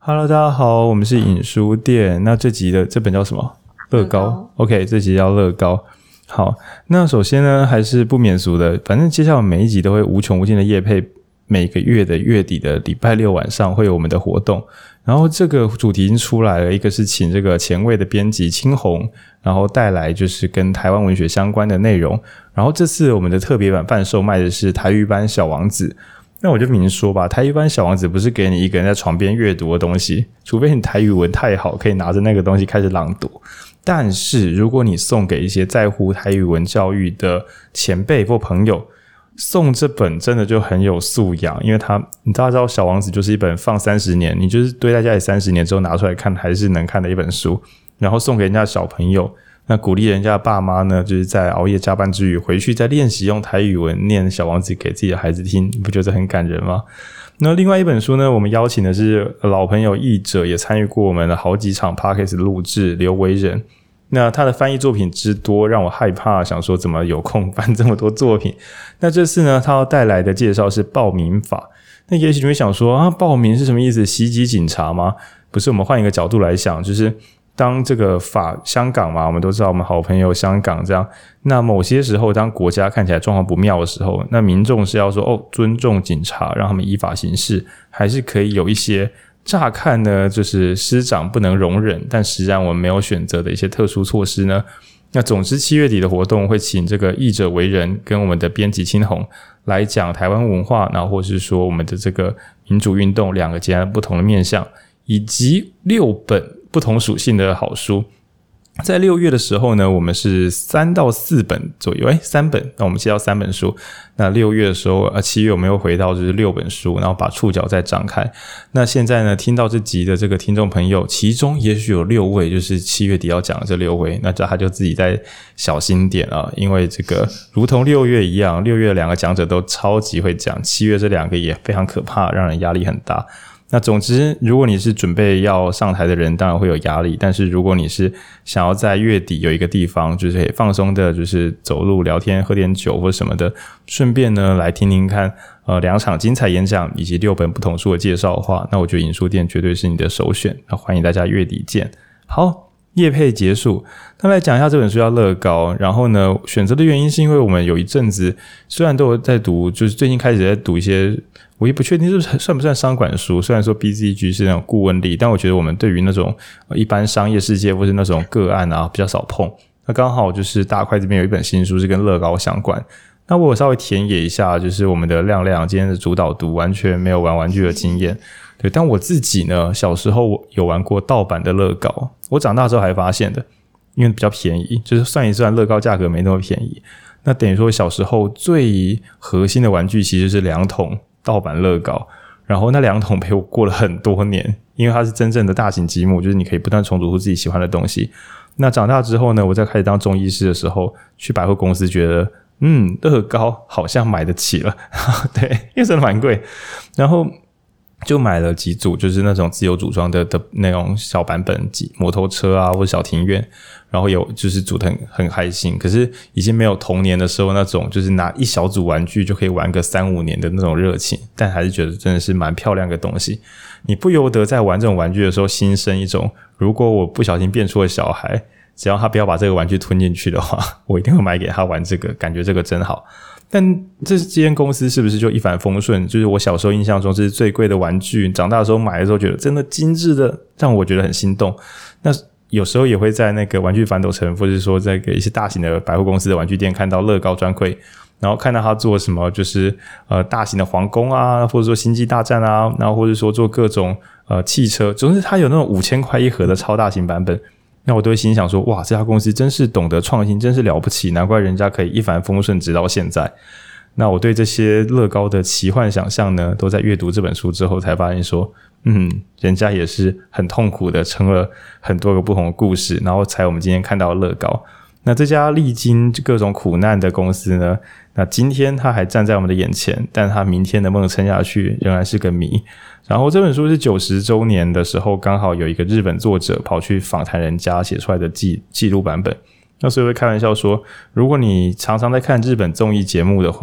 Hello， 大家好，我们是影书店。那这集的这本叫什么？乐高。OK， 这集叫乐高。好，那首先呢，还是不免俗的，反正接下来每一集都会无穷无尽的业配，每个月的月底的礼拜六晚上会有我们的活动。然后这个主题已经出来了，一个是请这个前卫的编辑青红，然后带来就是跟台湾文学相关的内容。然后这次我们的特别版贩售卖的是台语版小王子。那我就明说吧，台语版小王子不是给你一个人在床边阅读的东西，除非你台语文太好，可以拿着那个东西开始朗读。但是如果你送给一些在乎台语文教育的前辈或朋友，送这本真的就很有素养，因为你大家知道小王子就是一本放30年，你就是堆在家里30年之后拿出来看还是能看的一本书，然后送给人家的小朋友，那鼓励人家的爸妈呢，就是在熬夜加班之余回去再练习用台语文念小王子给自己的孩子听，你不觉得很感人吗？那另外一本书呢，我们邀请的是老朋友译者，也参与过我们的好几场 Podcast 录制，刘维仁。那他的翻译作品之多让我害怕，想说怎么有空翻这么多作品。那这次呢，他要带来的介绍是报名法。那也许你会想说啊，报名是什么意思？袭击警察吗？不是，我们换一个角度来想，就是当这个香港嘛，我们都知道我们好朋友香港这样，那某些时候当国家看起来状况不妙的时候，那民众是要说尊重警察，让他们依法行事，还是可以有一些乍看呢就是师长不能容忍，但实际上我们没有选择的一些特殊措施呢？那总之7月底的活动会请这个译者为人跟我们的编辑青红来讲台湾文化，然后或是说我们的这个民主运动两个截然不同的面向，以及6本不同属性的好书。在6月的时候呢，我们是3到4本左右，3本，那我们接到3本书。那6月的时候7月我们又回到就是6本书，然后把触角再张开。那现在呢，听到这集的这个听众朋友，其中也许有6位就是7月底要讲的这6位，那他就自己再小心点啊，因为这个如同6月一样，6月的2个讲者都超级会讲，7月这2个也非常可怕，让人压力很大。那总之，如果你是准备要上台的人，当然会有压力，但是如果你是想要在月底有一个地方就是可以放松的，就是走路聊天喝点酒或什么的，顺便呢来听听看2场精彩演讲以及6本不同书的介绍的话，那我觉得影书店绝对是你的首选。那欢迎大家月底见。好，业配结束，那来讲一下这本书叫乐高。然后呢，选择的原因是因为我们有一阵子虽然都有在读，就是最近开始在读一些我也不确定是算不算商管书，虽然说 BCG 是那种顾问力，但我觉得我们对于那种一般商业世界或是那种个案啊比较少碰。那刚好就是大块这边有一本新书是跟乐高相关，那我有稍微田野一下，就是我们的亮亮今天的主导读完全没有玩玩具的经验。对，但我自己呢，小时候有玩过盗版的乐高，我长大之后还发现的，因为比较便宜，就是算一算乐高价格没那么便宜，那等于说小时候最核心的玩具其实是2桶盗版乐高，然后那2桶陪我过了很多年，因为它是真正的大型积木，就是你可以不断重组出自己喜欢的东西。那长大之后呢，我在开始当中医师的时候，去百货公司觉得乐高好像买得起了对，因为真的蛮贵，然后就买了几组就是那种自由组装的那种小版本摩托车啊或者小庭院，然后有就是组得很开心，可是已经没有童年的时候那种就是拿一小组玩具就可以玩个3-5年的那种热情，但还是觉得真的是蛮漂亮的东西。你不由得在玩这种玩具的时候心生一种，如果我不小心变出了小孩，只要他不要把这个玩具吞进去的话，我一定会买给他玩这个，感觉这个真好。但这间公司是不是就一帆风顺？就是我小时候印象中是最贵的玩具，长大的时候买的时候觉得真的精致的让我觉得很心动。那有时候也会在那个玩具反斗城或者说在一些大型的百货公司的玩具店看到乐高专柜，然后看到他做什么就是大型的皇宫啊，或者说星际大战啊，然后或者说做各种汽车，总之他有那种5000块一盒的超大型版本，那我都会心想说，哇，这家公司真是懂得创新，真是了不起，难怪人家可以一帆风顺直到现在。那我对这些乐高的奇幻想象呢，都在阅读这本书之后才发现说，人家也是很痛苦的撑了很多个不同的故事，然后才我们今天看到的乐高。那这家历经各种苦难的公司呢，那今天它还站在我们的眼前，但它明天能不能撑下去仍然是个谜。然后这本书是90周年的时候，刚好有一个日本作者跑去访谈人家写出来的记录版本。那所以会开玩笑说，如果你常常在看日本综艺节目的话，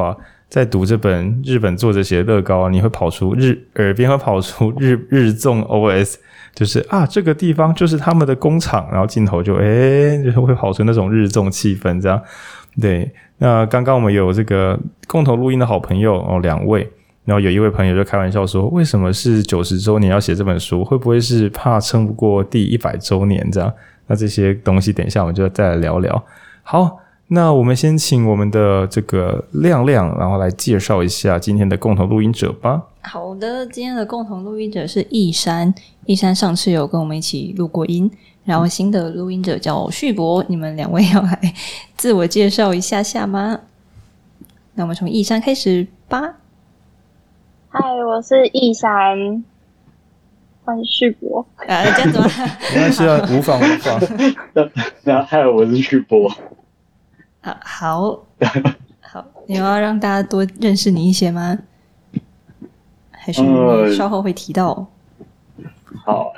在读这本日本作者写的乐高，你会跑出耳边会跑出日综 OS， 就是这个地方就是他们的工厂，然后镜头就就是会跑出那种日综气氛这样。对，那刚刚我们有这个共同录音的好朋友2位，然后有一位朋友就开玩笑说，为什么是90周年要写这本书？会不会是怕撑不过第100周年这样？那这些东西等一下我们就再来聊聊。好，那我们先请我们的这个亮亮，然后来介绍一下今天的共同录音者吧。 好的，今天的共同录音者是义山。义山上次有跟我们一起录过音，然后新的录音者叫旭博，你们2位要来自我介绍一下下吗？那我们从义山开始吧。 嗨，我是义山，欢迎旭博。 这样子吗？ 没关系啊，无妨。 嗨，我是旭博。 好，你要让大家多认识你一些吗？还是你稍后会提到？ 好，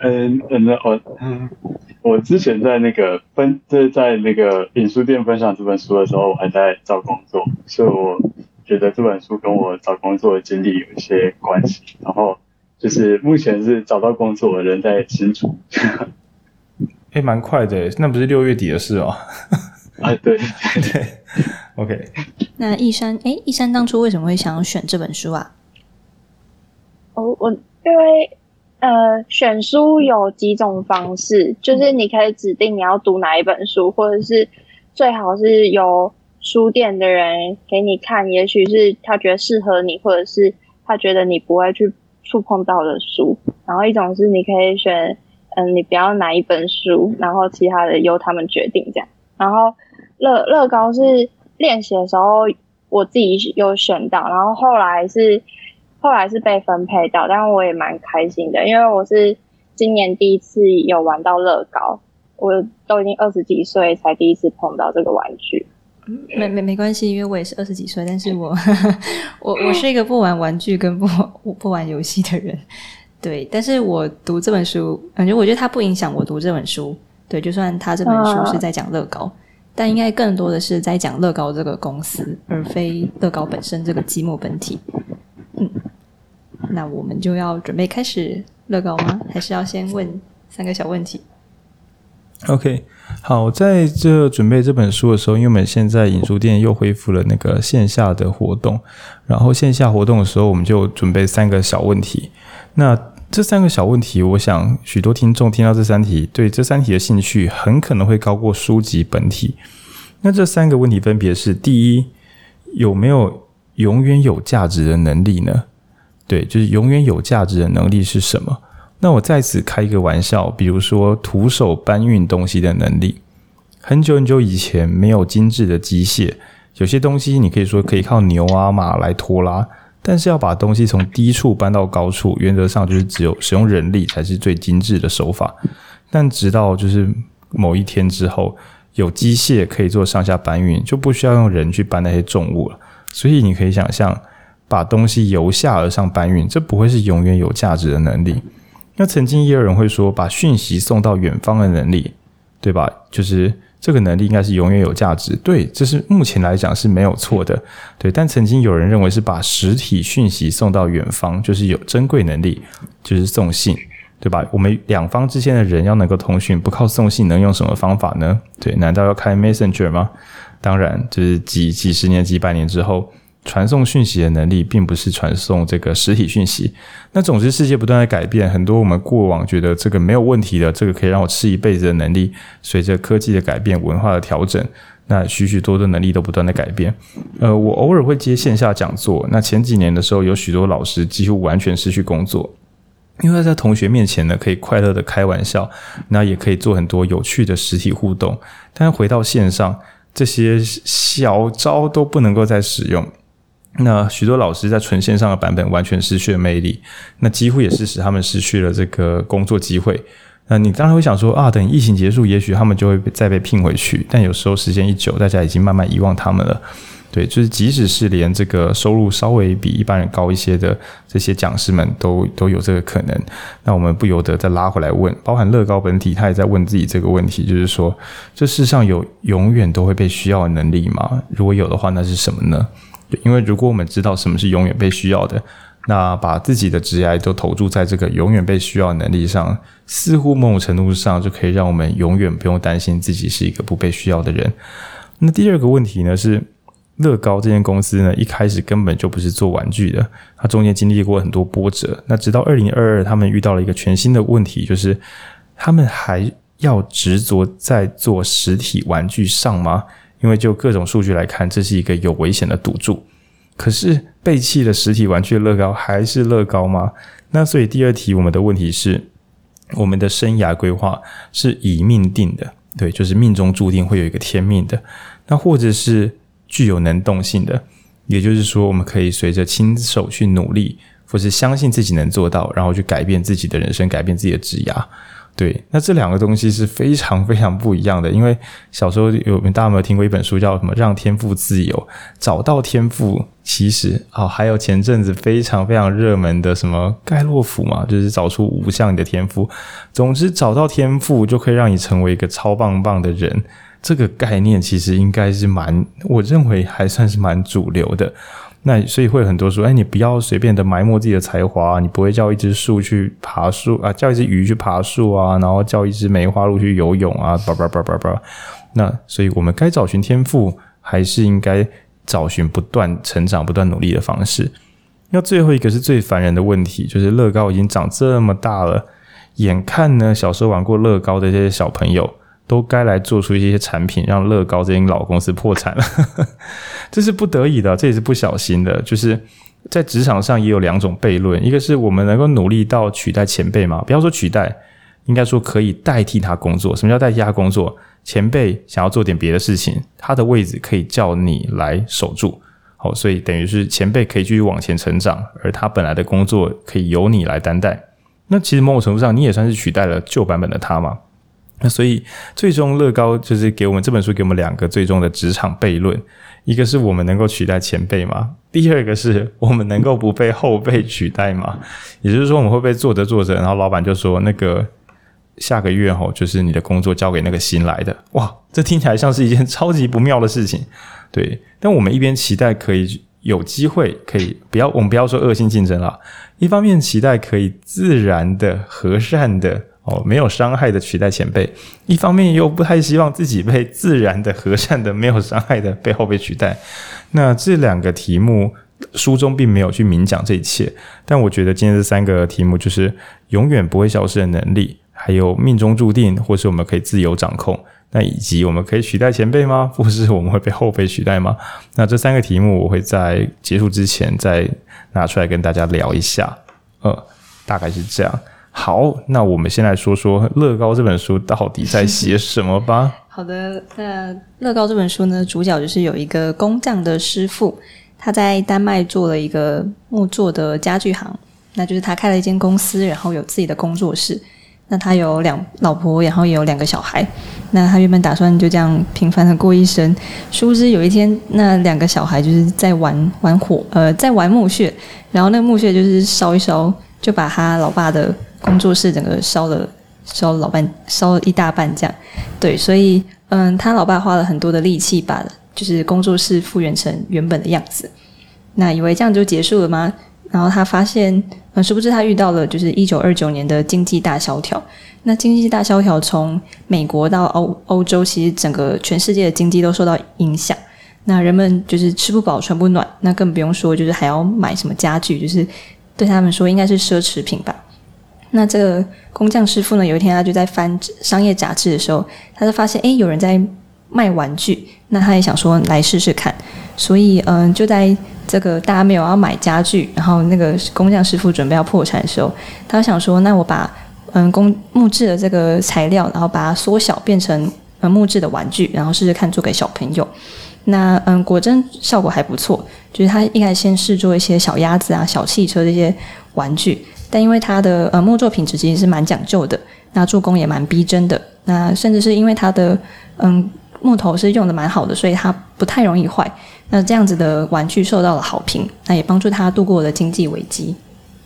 我之前在在那个影书店分享这本书的时候，我还在找工作，所以我觉得这本书跟我找工作的经历有一些关系。然后就是目前是找到工作的人在新竹。 蛮快的，那不是6月底的事哦。 对 OK。 那义山当初为什么会想要选这本书啊？ 我因为选书有几种方式，就是你可以指定你要读哪一本书，或者是最好是由书店的人给你看，也许是他觉得适合你，或者是他觉得你不会去触碰到的书。然后一种是你可以选你不要哪一本书，然后其他的由他们决定这样。然后乐高是练习的时候我自己有选到，然后后来是被分配到，但我也蛮开心的，因为我是今年第一次有玩到乐高，我都已经20几岁才第一次碰到这个玩具。 没关系，因为我也是20几岁，但是我是一个不玩玩具跟不玩游戏的人。对，但是我读这本书，我觉得它不影响我读这本书。对，就算它这本书是在讲乐高，但应该更多的是在讲乐高这个公司，而非乐高本身这个积木本体。那我们就要准备开始乐高吗？还是要先问3个小问题？ OK， 好，在这准备这本书的时候，因为我们现在影书店又恢复了那个线下的活动，然后线下活动的时候我们就准备3个小问题。那这3个小问题，我想许多听众听到这3题，对这3题的兴趣很可能会高过书籍本体。那这3个问题分别是：第一，有没有永远有价值的能力呢？对，就是永远有价值的能力是什么？那我在此开一个玩笑，比如说徒手搬运东西的能力。很久很久以前没有精致的机械，有些东西你可以说可以靠牛啊马来拖拉，但是要把东西从低处搬到高处，原则上就是只有使用人力才是最精致的手法。但直到就是某一天之后，有机械可以做上下搬运，就不需要用人去搬那些重物了。所以你可以想象，把东西由下而上搬运，这不会是永远有价值的能力。那曾经也有人会说，把讯息送到远方的能力，对吧？就是这个能力应该是永远有价值。对，这是目前来讲是没有错的。对，但曾经有人认为是把实体讯息送到远方，就是有珍贵能力，就是送信，对吧？我们两方之间的人要能够通讯，不靠送信能用什么方法呢？对，难道要开 Messenger 吗？当然，就是几十年、几百年之后，传送讯息的能力并不是传送这个实体讯息。那总之世界不断在改变，很多我们过往觉得这个没有问题的，这个可以让我吃一辈子的能力，随着科技的改变，文化的调整，那许许多多能力都不断的改变。我偶尔会接线下讲座，那前几年的时候有许多老师几乎完全失去工作，因为在同学面前呢可以快乐的开玩笑，那也可以做很多有趣的实体互动，但回到线上，这些小招都不能够再使用。那许多老师在纯线上的版本完全失去了魅力，那几乎也是使他们失去了这个工作机会。那你当然会想说啊，等疫情结束，也许他们就会再被聘回去，但有时候时间一久，大家已经慢慢遗忘他们了。对，就是即使是连这个收入稍微比一般人高一些的这些讲师们都有这个可能。那我们不由得再拉回来问，包含乐高本体他也在问自己这个问题，就是说这世上有永远都会被需要的能力吗？如果有的话，那是什么呢？ 因为如果我们知道什么是永远被需要的，那把自己的职业都投注在这个永远被需要的能力上，似乎某种程度上就可以让我们永远不用担心自己是一个不被需要的人。那第二个问题呢，是乐高这间公司呢，一开始根本就不是做玩具的，它中间经历过很多波折。那直到2022，他们遇到了一个全新的问题，就是他们还要执着在做实体玩具上吗？因为就各种数据来看，这是一个有危险的赌注。可是背弃了实体玩具的乐高还是乐高吗？那所以第二题我们的问题是，我们的生涯规划是以命定的，对，就是命中注定会有一个天命的，那或者是具有能动性的，也就是说我们可以随着亲手去努力，或是相信自己能做到，然后去改变自己的人生，改变自己的职涯。对，那这两个东西是非常非常不一样的。因为小时候大家有没有听过一本书叫什么让天赋自由？找到天赋，其实还有前阵子非常非常热门的什么盖洛普嘛，就是找出5项你的天赋。总之找到天赋就可以让你成为一个超棒棒的人，这个概念其实应该是我认为还算是蛮主流的。那所以会有很多说，你不要随便的埋没自己的才华，你不会叫一只树去爬树啊，叫一只鱼去爬树啊，然后叫一只梅花鹿去游泳啊，那所以我们该找寻天赋，还是应该找寻不断成长、不断努力的方式。那最后一个是最烦人的问题，就是乐高已经长这么大了，眼看呢小时候玩过乐高的这些小朋友都该来做出一些产品，让乐高这间老公司破产了这是不得已的，这也是不小心的。就是在职场上也有2种悖论，一个是我们能够努力到取代前辈嘛，不要说取代，应该说可以代替他工作。什么叫代替他工作？前辈想要做点别的事情，他的位置可以叫你来守住，所以等于是前辈可以继续往前成长，而他本来的工作可以由你来担待。那其实某种程度上你也算是取代了旧版本的他嘛。那所以最终乐高就是这本书给我们2个最终的职场悖论，一个是我们能够取代前辈嘛，第二个是我们能够不被后辈取代嘛。也就是说我们会不会做着做着，然后老板就说那个下个月就是你的工作交给那个新来的。哇，这听起来像是一件超级不妙的事情。对，但我们一边期待可以有机会，我们不要说恶性竞争啦，一方面期待可以自然的和善的没有伤害的取代前辈，一方面又不太希望自己被自然的和善的没有伤害的被后辈取代。那这2个题目书中并没有去明讲这一切，但我觉得今天这3个题目就是永远不会消失的能力，还有命中注定，或是我们可以自由掌控，那以及我们可以取代前辈吗？或是我们会被后辈取代吗？那这3个题目我会在结束之前再拿出来跟大家聊一下，大概是这样。好，那我们先来说说乐高这本书到底在写什么吧。 好的，那乐高这本书呢，主角就是有一个工匠的师傅，他在丹麦做了一个木做的家具行，那就是他开了一间公司，然后有自己的工作室。那他有老婆，然后也有2个小孩。那他原本打算就这样平凡的过一生，殊不知有一天那2个小孩就是在玩木屑，然后那个木屑就是烧一烧，就把他老爸的工作室整个烧了一大半这样。对，所以他老爸花了很多的力气把就是工作室复原成原本的样子。那以为这样就结束了吗？然后他发现殊不知他遇到了就是1929年的经济大萧条。那经济大萧条从美国到欧洲，其实整个全世界的经济都受到影响。那人们就是吃不饱穿不暖，那更不用说就是还要买什么家具，就是对他们说应该是奢侈品吧。那这个工匠师傅呢，有一天他就在翻商业杂志的时候，他就发现有人在卖玩具，那他也想说来试试看。所以就在这个大家没有要买家具，然后那个工匠师傅准备要破产的时候，他想说那我把木质的这个材料，然后把它缩小变成木质的玩具，然后试试看做给小朋友。那果真效果还不错，就是他一开始先试做一些小鸭子啊、小汽车这些玩具，但因为它的木作品质其实是蛮讲究的，那做工也蛮逼真的，那甚至是因为它的木头是用的蛮好的，所以它不太容易坏。那这样子的玩具受到了好评，那也帮助他度过了经济危机。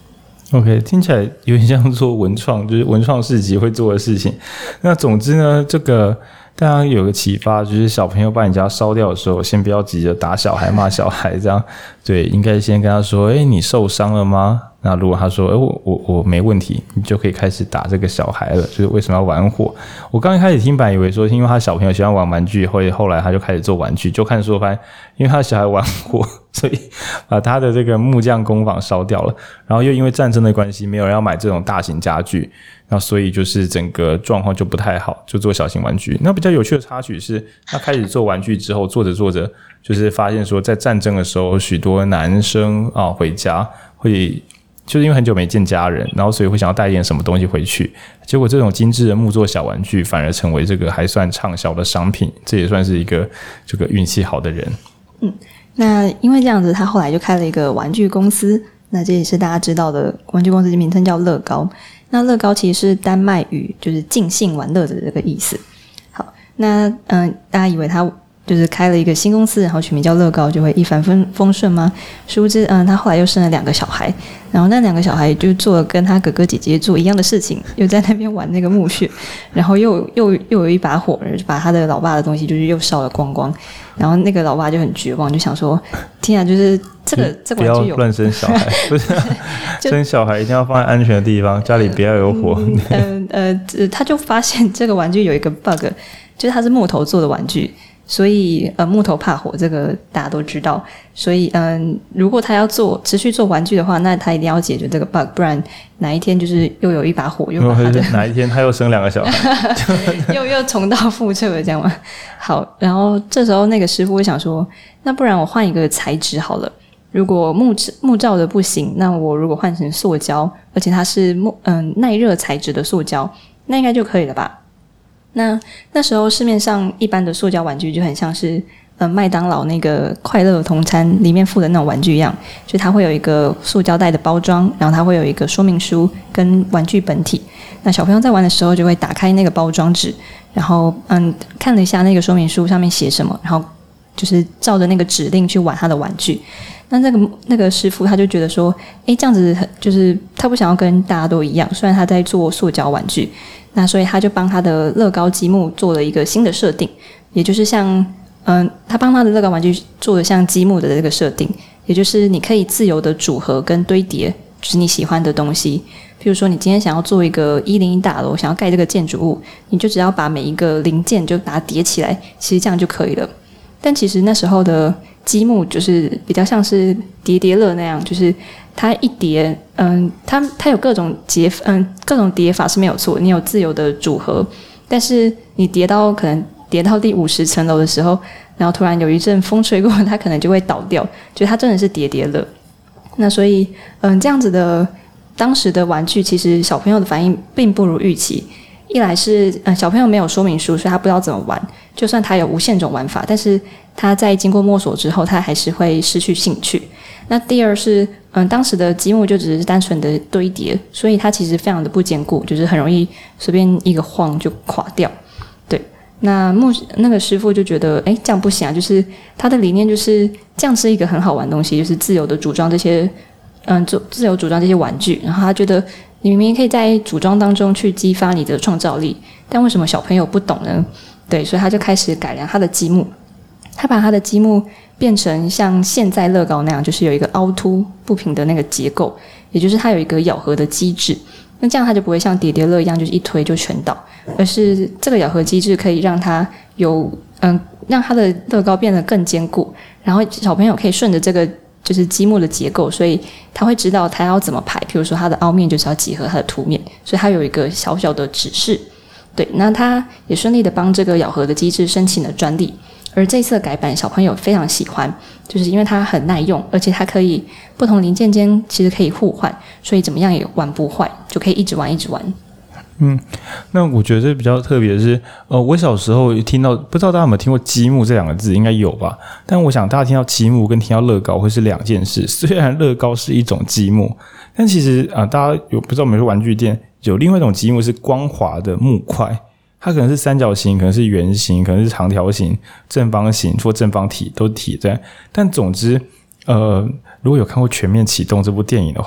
OK， 听起来有点像做文创，就是文创市集会做的事情。那总之呢，这个大家有个启发，就是小朋友把你家烧掉的时候，先不要急着打小孩骂小孩这样，对，应该先跟他说你受伤了吗？那如果他说我没问题，你就可以开始打这个小孩了。就是为什么要玩火？我刚一开始听版以为说因为他小朋友喜欢玩玩具，后来他就开始做玩具，就看说发现因为他小孩玩火，所以把他的这个木匠工坊烧掉了。然后又因为战争的关系，没有人要买这种大型家具，那所以就是整个状况就不太好，就做小型玩具。那比较有趣的插曲是，他开始做玩具之后，做着做着就是发现说，在战争的时候，许多男生回家会。就是因为很久没见家人，然后所以会想要带一点什么东西回去，结果这种精致的木作小玩具反而成为这个还算畅销的商品，这也算是一个这个运气好的人。 那因为这样子，他后来就开了一个玩具公司，那这也是大家知道的玩具公司名称叫乐高。那乐高其实是丹麦语，就是尽兴玩乐的这个意思。好，那大家以为他就是开了一个新公司，然后取名叫乐高，就会一帆风顺吗？殊不知，他后来又生了2个小孩，然后那2个小孩就做了跟他哥哥姐姐做一样的事情，又在那边玩那个木屑，然后又有一把火，就把他的老爸的东西就是又烧了光光，然后那个老爸就很绝望，就想说：天啊，就是这个玩具有不要乱生小孩，不是生小孩一定要放在安全的地方，家里不要有火。 他就发现这个玩具有一个 bug， 就是它是木头做的玩具。所以木头怕火，这个大家都知道。所以如果他要持续做玩具的话，那他一定要解决这个 bug， 不然哪一天就是又有一把火，又把他的哪一天他又生2个小孩， 又重蹈覆辙了，这样吗？好，然后这时候那个师傅会想说，那不然我换一个材质好了。如果木造的不行，那我如果换成塑胶，而且它是耐热材质的塑胶，那应该就可以了吧？那时候市面上一般的塑胶玩具就很像是麦当劳那个快乐童餐里面附的那种玩具一样，就它会有一个塑胶袋的包装，然后它会有一个说明书跟玩具本体。那小朋友在玩的时候就会打开那个包装纸，然后看了一下那个说明书上面写什么，然后就是照着那个指令去玩他的玩具。那个师傅他就觉得说，这样子就是他不想要跟大家都一样，虽然他在做塑胶玩具，那所以他就帮他的乐高积木做了一个新的设定，也就是像他帮他的乐高玩具做了像积木的这个设定，也就是你可以自由的组合跟堆叠，就是你喜欢的东西。譬如说你今天想要做一个101大楼，想要盖这个建筑物，你就只要把每一个零件就把它叠起来，其实这样就可以了。但其实那时候的积木就是比较像是叠叠乐那样，就是它一叠，它有各种叠法是没有错，你有自由的组合，但是你可能叠到第50层楼的时候，然后突然有一阵风吹过，它可能就会倒掉，就它真的是叠叠乐。那所以这样子的当时的玩具，其实小朋友的反应并不如预期。一来是小朋友没有说明书，所以他不知道怎么玩，就算他有无限种玩法，但是他在经过摸索之后，他还是会失去兴趣。那第二是当时的积木就只是单纯的堆叠，所以它其实非常的不坚固，就是很容易随便一个晃就垮掉。对，那个师傅就觉得这样不行啊，就是他的理念就是这样是一个很好玩的东西，就是自由的组装这些自由组装这些玩具，然后他觉得你明明可以在组装当中去激发你的创造力，但为什么小朋友不懂呢？对，所以他就开始改良他的积木，他把他的积木变成像现在乐高那样，就是有一个凹凸不平的那个结构，也就是它有一个咬合的机制。那这样它就不会像叠叠乐一样，就是一推就全倒，而是这个咬合机制可以让它让它的乐高变得更坚固，然后小朋友可以顺着这个就是积木的结构，所以他会知道他要怎么排，譬如说他的凹面就是要结合他的凸面，所以他有一个小小的指示。对，那他也顺利的帮这个咬合的机制申请了专利，而这次的改版小朋友非常喜欢，就是因为它很耐用，而且它可以不同零件间其实可以互换，所以怎么样也玩不坏，就可以一直玩一直玩。 那我觉得比较特别的是，我小时候听到，不知道大家有没有听过积木这2个字，应该有吧？但我想大家听到积木跟听到乐高会是2件事。虽然乐高是一种积木，但其实大家不知道有没有玩具店有另外一种积木是光滑的木块，它可能是三角形，可能是圆形，可能是长条形、正方形或正方体，都是体在。但总之，如果有看过《全面启动》这部电影的话，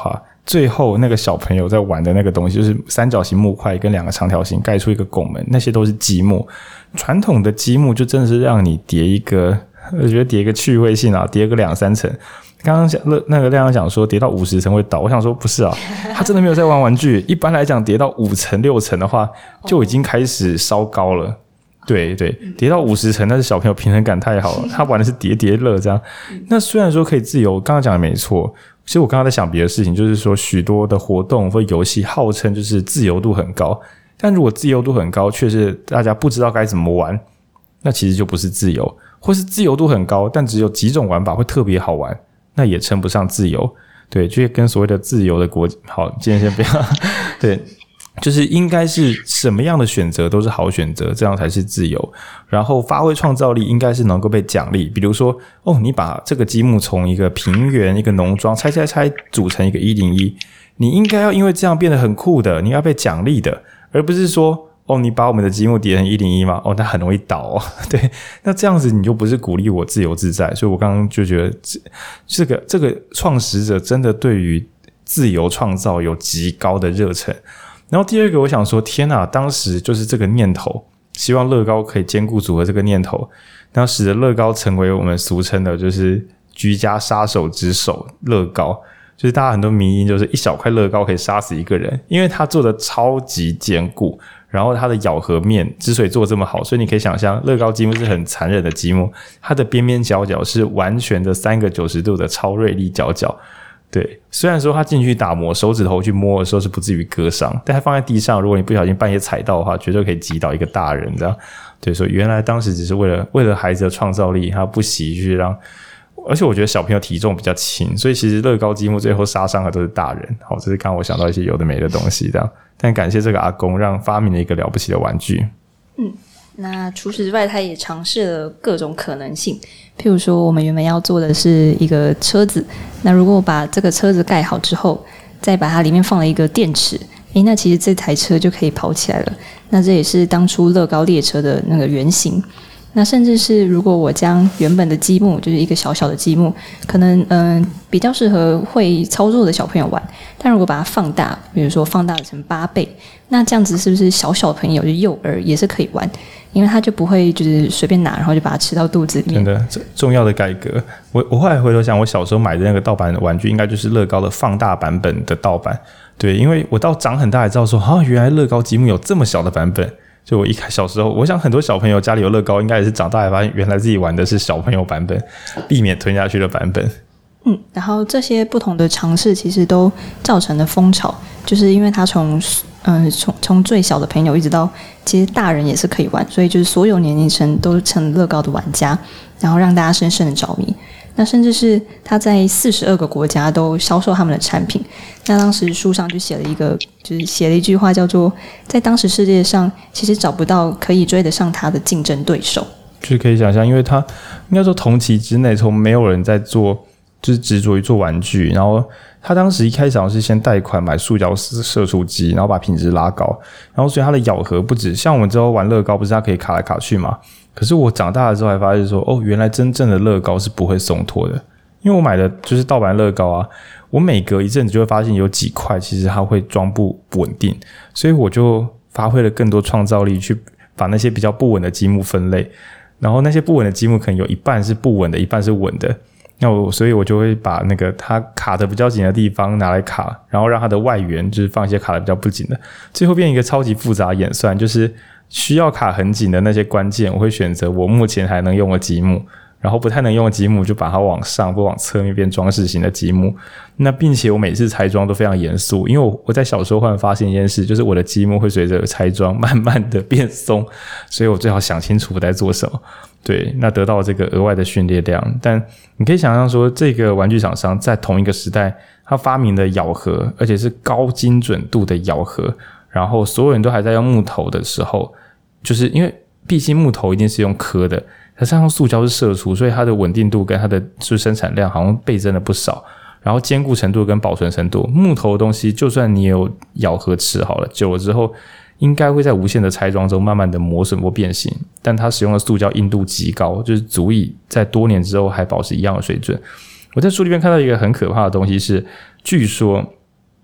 最后那个小朋友在玩的那个东西，就是三角形木块跟2个长条形盖出一个拱门，那些都是积木。传统的积木就真的是让你叠一个，我觉得叠一个趣味性啊，叠个2-3层。刚刚讲那个亮亮讲说叠到50层会倒，我想说不是啊，他真的没有在玩玩具。一般来讲叠到5层6层的话就已经开始烧高了。对对，叠到50层那是小朋友平衡感太好了，他玩的是叠叠乐这样。那虽然说可以自由，刚刚讲的没错，其实我刚刚在想别的事情，就是说许多的活动或游戏号称就是自由度很高，但如果自由度很高却是大家不知道该怎么玩，那其实就不是自由，或是自由度很高但只有几种玩法会特别好玩，那也称不上自由。对，就跟所谓的自由的国好，今天先不要对，就是应该是什么样的选择都是好选择，这样才是自由。然后发挥创造力应该是能够被奖励，比如说你把这个积木从一个平原一个农庄拆组成一个101，你应该要因为这样变得很酷的，你要被奖励的，而不是说你把我们的积木叠成101嘛，那很容易倒对，那这样子你就不是鼓励我自由自在。所以我刚刚就觉得这个创始者真的对于自由创造有极高的热忱。然后第二个我想说，天哪，当时就是这个念头，希望乐高可以兼顾组合这个念头，然后使得乐高成为我们俗称的就是居家杀手之首乐高。就是大家很多迷因就是一小块乐高可以杀死一个人，因为它做的超级坚固，然后它的咬合面之所以做这么好，所以你可以想象乐高积木是很残忍的积木，它的边边角角是完全的3个90度的超锐利角角。对，虽然说它进去打磨，手指头去摸的时候是不至于割伤，但它放在地上，如果你不小心半夜踩到的话，绝对可以击倒一个大人这样。对，所以原来当时只是为了孩子的创造力，他不惜去让，而且我觉得小朋友体重比较轻，所以其实乐高积木最后杀伤的都是大人。好，这是刚刚我想到一些有的没的东西这样。但感谢这个阿公，让发明了一个了不起的玩具。 那除此之外，他也尝试了各种可能性。譬如说，我们原本要做的是一个车子，那如果我把这个车子盖好之后，再把它里面放了一个电池，那其实这台车就可以跑起来了。那这也是当初乐高列车的那个原型。那甚至是如果我将原本的积木，就是一个小小的积木，可能比较适合会操作的小朋友玩，但如果把它放大，比如说放大成8倍，那这样子是不是小朋友就幼儿也是可以玩？因为他就不会就是随便拿，然后就把它吃到肚子里面。 真的，这重要的改革。我后来回头想，我小时候买的那个盗版的玩具，应该就是乐高的放大版本的盗版。对，因为我到长很大才知道说，原来乐高积木有这么小的版本。就我小时候，我想很多小朋友家里有乐高，应该也是长大才发现，原来自己玩的是小朋友版本，避免吞下去的版本。 然后这些不同的尝试其实都造成了风潮，就是因为它从最小的朋友一直到其实大人也是可以玩，所以就是所有年龄层都成乐高的玩家，然后让大家深深的着迷。那甚至是他在42个国家都销售他们的产品。那当时书上就写了一句话，叫做在当时世界上其实找不到可以追得上他的竞争对手。 就是可以想象，因为他应该说同期之内从没有人在做，就是执着于做玩具，然后他当时一开始好像是先贷款买塑胶射出机，然后把品质拉高，然后所以他的咬合不止像我们之后玩乐高不是它可以卡来卡去嘛，可是我长大了之后还发现说，原来真正的乐高是不会松脱的。因为我买的就是盗版乐高啊，我每隔一阵子就会发现有几块其实它会装不稳定，所以我就发挥了更多创造力去把那些比较不稳的积木分类，然后那些不稳的积木可能有一半是不稳的，一半是稳的，所以我就会把那个它卡得比较紧的地方拿来卡，然后让它的外缘就是放一些卡得比较不紧的，最后变一个超级复杂演算，就是需要卡很紧的那些关键我会选择我目前还能用的积木，然后不太能用的积木就把它往上或往侧面变装饰型的积木。那并且我每次拆装都非常严肃，因为我在小时候忽然发现一件事，就是我的积木会随着拆装慢慢的变松，所以我最好想清楚我在做什么。对，那得到这个额外的训练量。但你可以想象说，这个玩具厂商在同一个时代他发明的咬合，而且是高精准度的咬合，然后所有人都还在用木头的时候，就是因为毕竟木头一定是用刻的，它上塑胶是射出，所以它的稳定度跟它的生产量好像倍增了不少，然后坚固程度跟保存程度，木头的东西就算你有咬合齿好了，久了之后应该会在无限的拆装中慢慢的磨损或变形，但它使用的塑胶硬度极高，就是足以在多年之后还保持一样的水准。我在书里面看到一个很可怕的东西是，据说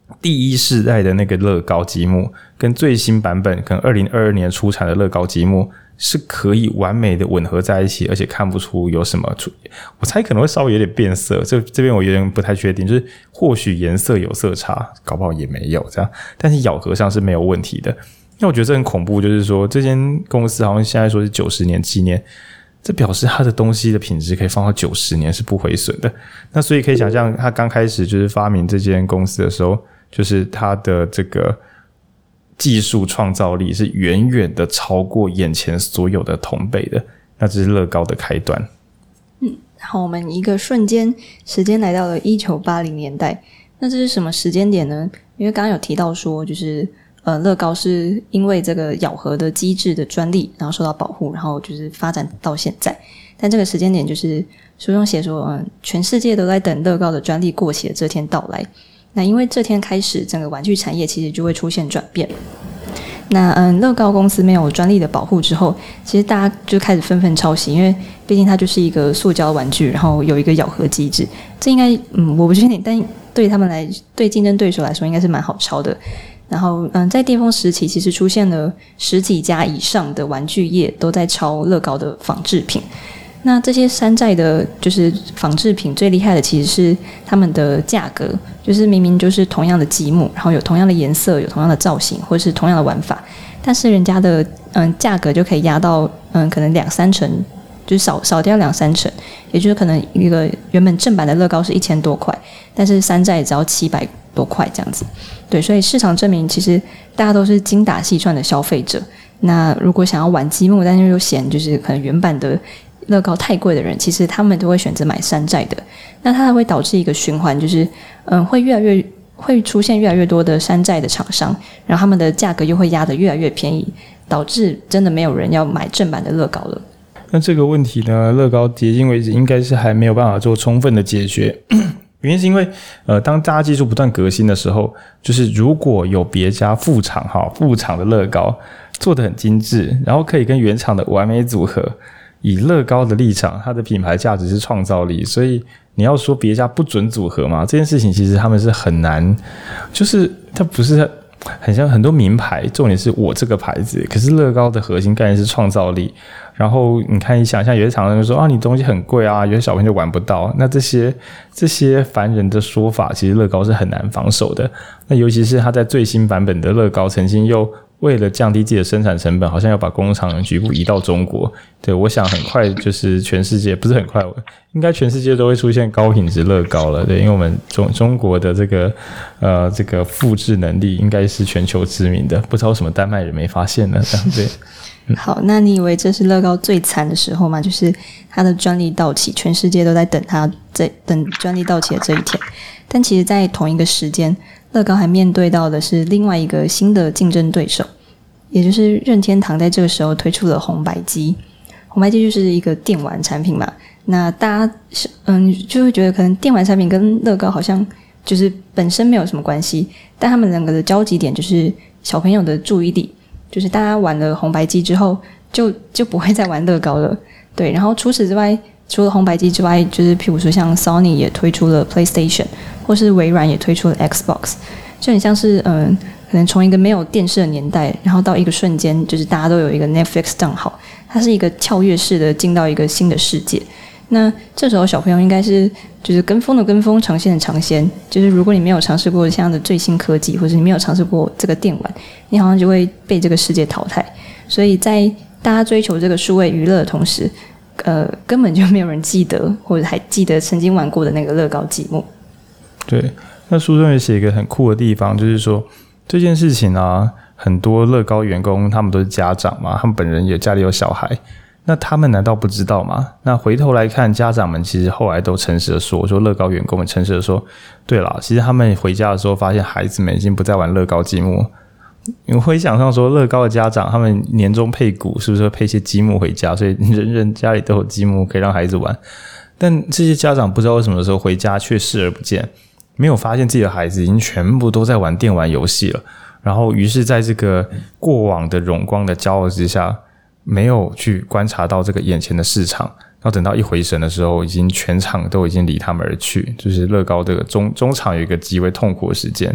第一世代的那个乐高积木跟最新版本可能2022年出产的乐高积木是可以完美的吻合在一起，而且看不出有什么我猜可能会稍微有点变色，这边我有点不太确定，就是或许颜色有色差，搞不好也没有这样，但是咬合上是没有问题的。那我觉得这很恐怖，就是说这间公司好像现在说是90年纪念，这表示它的东西的品质可以放到90年是不毁损的。那所以可以想象他刚开始就是发明这间公司的时候，就是他的这个技术创造力是远远的超过眼前所有的同辈的，那这是乐高的开端。 好，我们一个瞬间时间来到了1980年代，那这是什么时间点呢？因为刚刚有提到说就是乐高是因为这个咬合的机制的专利然后受到保护，然后就是发展到现在，但这个时间点就是书中写说全世界都在等乐高的专利过期的这天到来。那因为这天开始整个玩具产业其实就会出现转变。那乐高公司没有专利的保护之后，其实大家就开始纷纷抄袭，因为毕竟它就是一个塑胶玩具，然后有一个咬合机制，这应该我不确定，但对他们对竞争对手来说应该是蛮好抄的。然后在巅峰时期其实出现了10几家以上的玩具业都在抄乐高的仿制品。那这些山寨的就是仿制品最厉害的其实是他们的价格，就是明明就是同样的积木，然后有同样的颜色，有同样的造型，或者是同样的玩法，但是人家的价格就可以压到可能2-3成，就是少掉2-3成，也就是可能一个原本正版的乐高是1000多块，但是山寨只要700多块这样子。对，所以市场证明其实大家都是精打细算的消费者。那如果想要玩积木，但是又嫌就是可能原版的乐高太贵的人，其实他们都会选择买山寨的。那它会导致一个循环，就是会出现越来越多的山寨的厂商，然后他们的价格又会压得越来越便宜，导致真的没有人要买正版的乐高了。 那这个问题呢，乐高迄今为止应该是还没有办法做充分的解决。原因是因为当大家技术不断革新的时候，就是如果有别家副厂的乐高做得很精致，然后可以跟原厂的完美组合，以乐高的立场，它的品牌价值是创造力，所以你要说别家不准组合嘛，这件事情其实他们是很难，就是它不是很像很多名牌，重点是我这个牌子，可是乐高的核心概念是创造力。然后你看，你想象有些厂商就说你东西很贵啊，有些小朋友就玩不到。那这些凡人的说法，其实乐高是很难防守的。那尤其是他在最新版本的乐高，曾经又为了降低自己的生产成本，好像要把工厂局部移到中国。对，我想很快就是全世界，不是很快，应该全世界都会出现高品质乐高了。对，因为我们中国的这个复制能力应该是全球知名的，不知道为什么丹麦人没发现呢？这样对。 好，那你以为这是乐高最惨的时候吗？就是它的专利到期，全世界都在等专利到期的这一天。但其实在同一个时间，乐高还面对到的是另外一个新的竞争对手，也就是任天堂在这个时候推出了红白机。红白机就是一个电玩产品嘛，那大家就会觉得可能电玩产品跟乐高好像就是本身没有什么关系，但他们两个的交集点就是小朋友的注意力。就是大家玩了红白机之后就不会再玩乐高了。对，然后除此之外，除了红白机之外，就是譬如说像 Sony 也推出了 PlayStation， 或是微软也推出了 Xbox， 就很像是可能从一个没有电视的年代，然后到一个瞬间就是大家都有一个 Netflix 账号，它是一个跳跃式的进到一个新的世界。那这时候小朋友应该是就是跟风的跟风，尝鲜的尝鲜。就是如果你没有尝试过这样的最新科技，或者你没有尝试过这个电玩，你好像就会被这个世界淘汰。所以在大家追求这个数位娱乐的同时，根本就没有人记得或者还记得曾经玩过的那个乐高积木。 对，那书中也写一个很酷的地方，就是说这件事情啊，很多乐高员工他们都是家长嘛，他们本人也家里有小孩。那他们难道不知道吗？那回头来看，家长们其实后来都诚实的说乐高员工们诚实的说，对啦，其实他们回家的时候发现孩子们已经不再玩乐高积木。你会想象说，乐高的家长他们年终配股是不是会配一些积木回家，所以人人家里都有积木可以让孩子玩。但这些家长不知道为什么的时候回家却视而不见，没有发现自己的孩子已经全部都在玩电玩游戏了。然后于是在这个过往的荣光的骄傲之下，没有去观察到这个眼前的市场，然后等到一回神的时候，已经全场都已经离他们而去。就是乐高这个中场有一个极为痛苦的时间。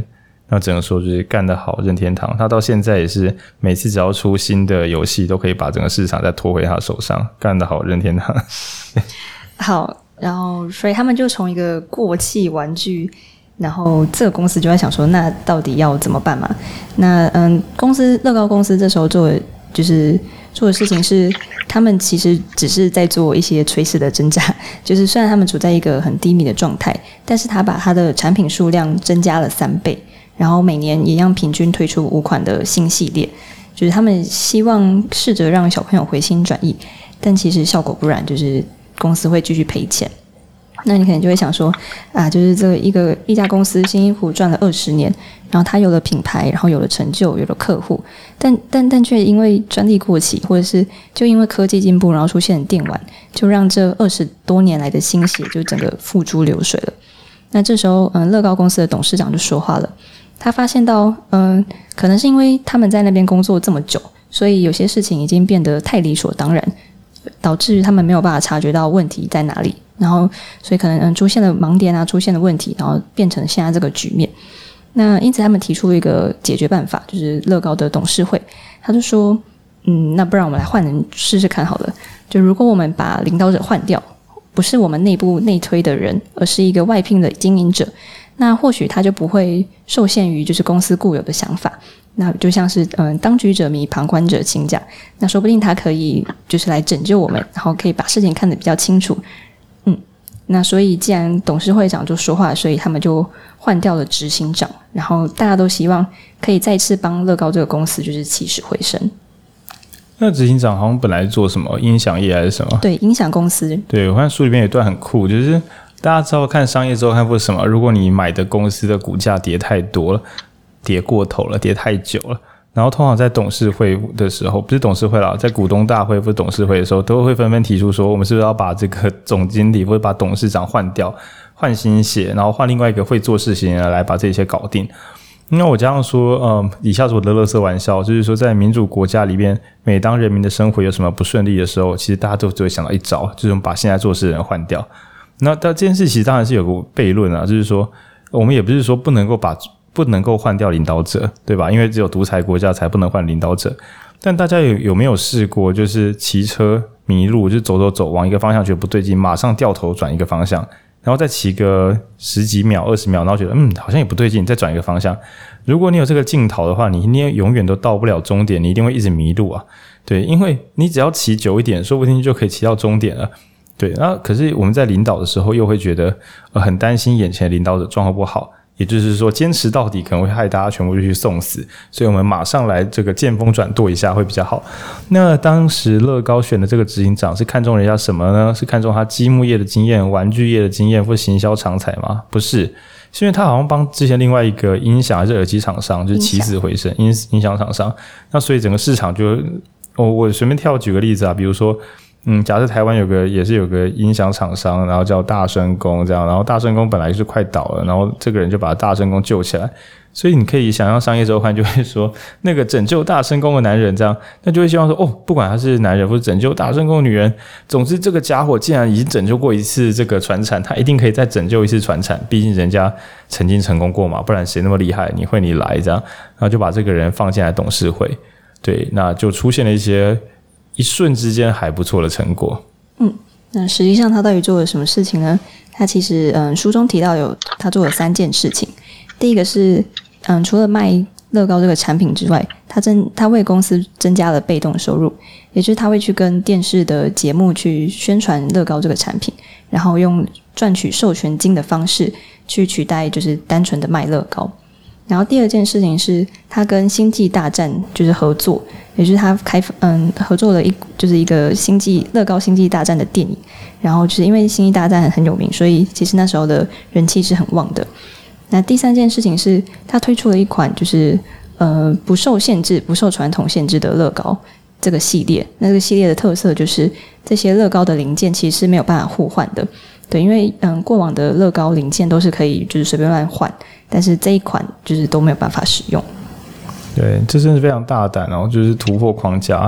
那只能说就是干得好任天堂，他到现在也是每次只要出新的游戏都可以把整个市场再拖回他手上，干得好任天堂。 好，然后所以他们就从一个过气玩具，然后这个公司就在想说，那到底要怎么办嘛？那乐高公司这时候做的事情是，他们其实只是在做一些垂死的挣扎，就是虽然他们处在一个很低迷的状态，但是他把他的产品数量增加了3倍，然后每年一样平均推出5款的新系列，就是他们希望试着让小朋友回心转意，但其实效果不然，就是公司会继续赔钱。那你可能就会想说啊，就是这一家公司辛辛苦苦赚了20年，然后它有了品牌，然后有了成就，有了客户，但却因为专利过期，或者是就因为科技进步，然后出现电玩，就让这20多年来的心血就整个付诸流水了。那这时候乐高公司的董事长就说话了，他发现到可能是因为他们在那边工作这么久，所以有些事情已经变得太理所当然，导致他们没有办法察觉到问题在哪里，然后所以可能出现了盲点啊，出现了问题，然后变成现在这个局面。那因此他们提出了一个解决办法，就是乐高的董事会，他就说那不然我们来换人试试看好了，就如果我们把领导者换掉，不是我们内部内推的人，而是一个外聘的经营者，那或许他就不会受限于就是公司固有的想法，那就像是当局者迷，旁观者清这样，那说不定他可以就是来拯救我们，然后可以把事情看得比较清楚。那所以既然董事会长就说话，所以他们就换掉了执行长，然后大家都希望可以再次帮乐高这个公司就是起死回生。 那执行长好像本来做什么音响业还是什么？ 对，音响公司。 对，我看书里面有一段很酷，就是大家知道看商业周刊或什么，如果你买的公司的股价跌太多了，跌过头了，跌太久了，然后通常在董事会的时候，不是董事会啦，在股东大会或者董事会的时候，都会纷纷提出说，我们是不是要把这个总经理或者把董事长换掉，换新血，然后换另外一个会做事情的人来把这些搞定。那我这样说，以下是我的垃圾玩笑，就是说在民主国家里面，每当人民的生活有什么不顺利的时候，其实大家都只会想到一招，就是我们把现在做事的人换掉。那这件事其实当然是有个悖论啊，就是说我们也不是说不能够换掉领导者，对吧？因为只有独裁国家才不能换领导者。但大家有没有试过，就是骑车迷路，就走往一个方向觉得不对劲，马上掉头转一个方向，然后再骑个10几秒、20秒，然后觉得好像也不对劲，再转一个方向。如果你有这个劲头的话，你永远都到不了终点，你一定会一直迷路啊。对，因为你只要骑久一点，说不定就可以骑到终点了。对，那可是我们在领导的时候又会觉得很担心眼前的领导者状况不好，也就是说坚持到底可能会害大家全部就去送死，所以我们马上来这个见风转舵一下会比较好。那当时乐高选的这个执行长是看中人家什么呢？是看中他积木业的经验、玩具业的经验或行销长才吗？不是，是因为他好像帮之前另外一个音响还是耳机厂商就是起死回生，音响厂商，那所以整个市场就我随便举个例子啊，比如说假设台湾也是有个音响厂商，然后叫大声公这样，然后大声公本来是快倒了，然后这个人就把大声公救起来，所以你可以想象商业周刊就会说那个拯救大声公的男人这样，那就会希望说不管他是男人或者拯救大声公的女人，总之这个家伙既然已经拯救过一次这个传产，他一定可以再拯救一次传产，毕竟人家曾经成功过嘛，不然谁那么厉害，你来这样，然后就把这个人放进来董事会，对，那就出现了一瞬之间还不错的成果。 那实际上他到底做了什么事情呢？他其实书中提到他做了3件事情。第一个是除了卖乐高这个产品之外，他为公司增加了被动收入，也就是他会去跟电视的节目去宣传乐高这个产品，然后用赚取授权金的方式去取代就是单纯的卖乐高。然后第二件事情是他跟星际大战就是合作，也就是他合作了一个乐高星际大战的电影，然后就是因为星际大战很有名，所以其实那时候的人气是很旺的。那第3件事情是他推出了一款就是不受限制、不受传统限制的乐高这个系列。那这个系列的特色就是这些乐高的零件其实是没有办法互换的。对，因为过往的乐高零件都是可以就是随便乱换，但是这一款就是都没有办法使用。 对，这真是非常大胆哦，就是突破框架。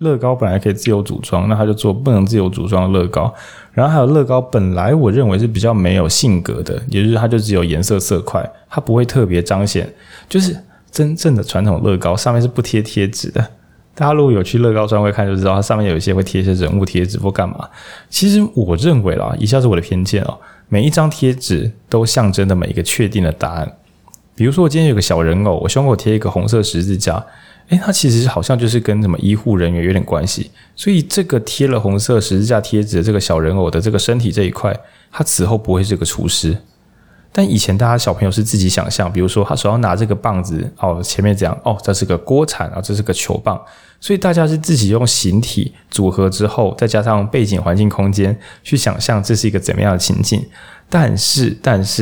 乐高本来可以自由组装，那他就做不能自由组装的乐高。然后还有乐高本来我认为是比较没有性格的，也就是它就只有颜色色块，它不会特别彰显，就是真正的传统乐高上面是不贴贴纸的。大家如果有去乐高专柜看就知道，它上面有一些会贴一些人物贴纸或干嘛。其实我认为啦，以下是我的偏见哦，每一张贴纸都象征的每一个确定的答案。比如说我今天有个小人偶，我胸口贴一个红色十字架，它其实好像就是跟什么医护人员有点关系，所以这个贴了红色十字架贴纸的这个小人偶的这个身体这一块，他此后不会是个厨师。但以前大家小朋友是自己想象，比如说他手上拿这个棒子，前面这样，这是个锅铲，这是个球棒，所以大家是自己用形体组合之后，再加上背景环境空间去想象这是一个怎么样的情境。但是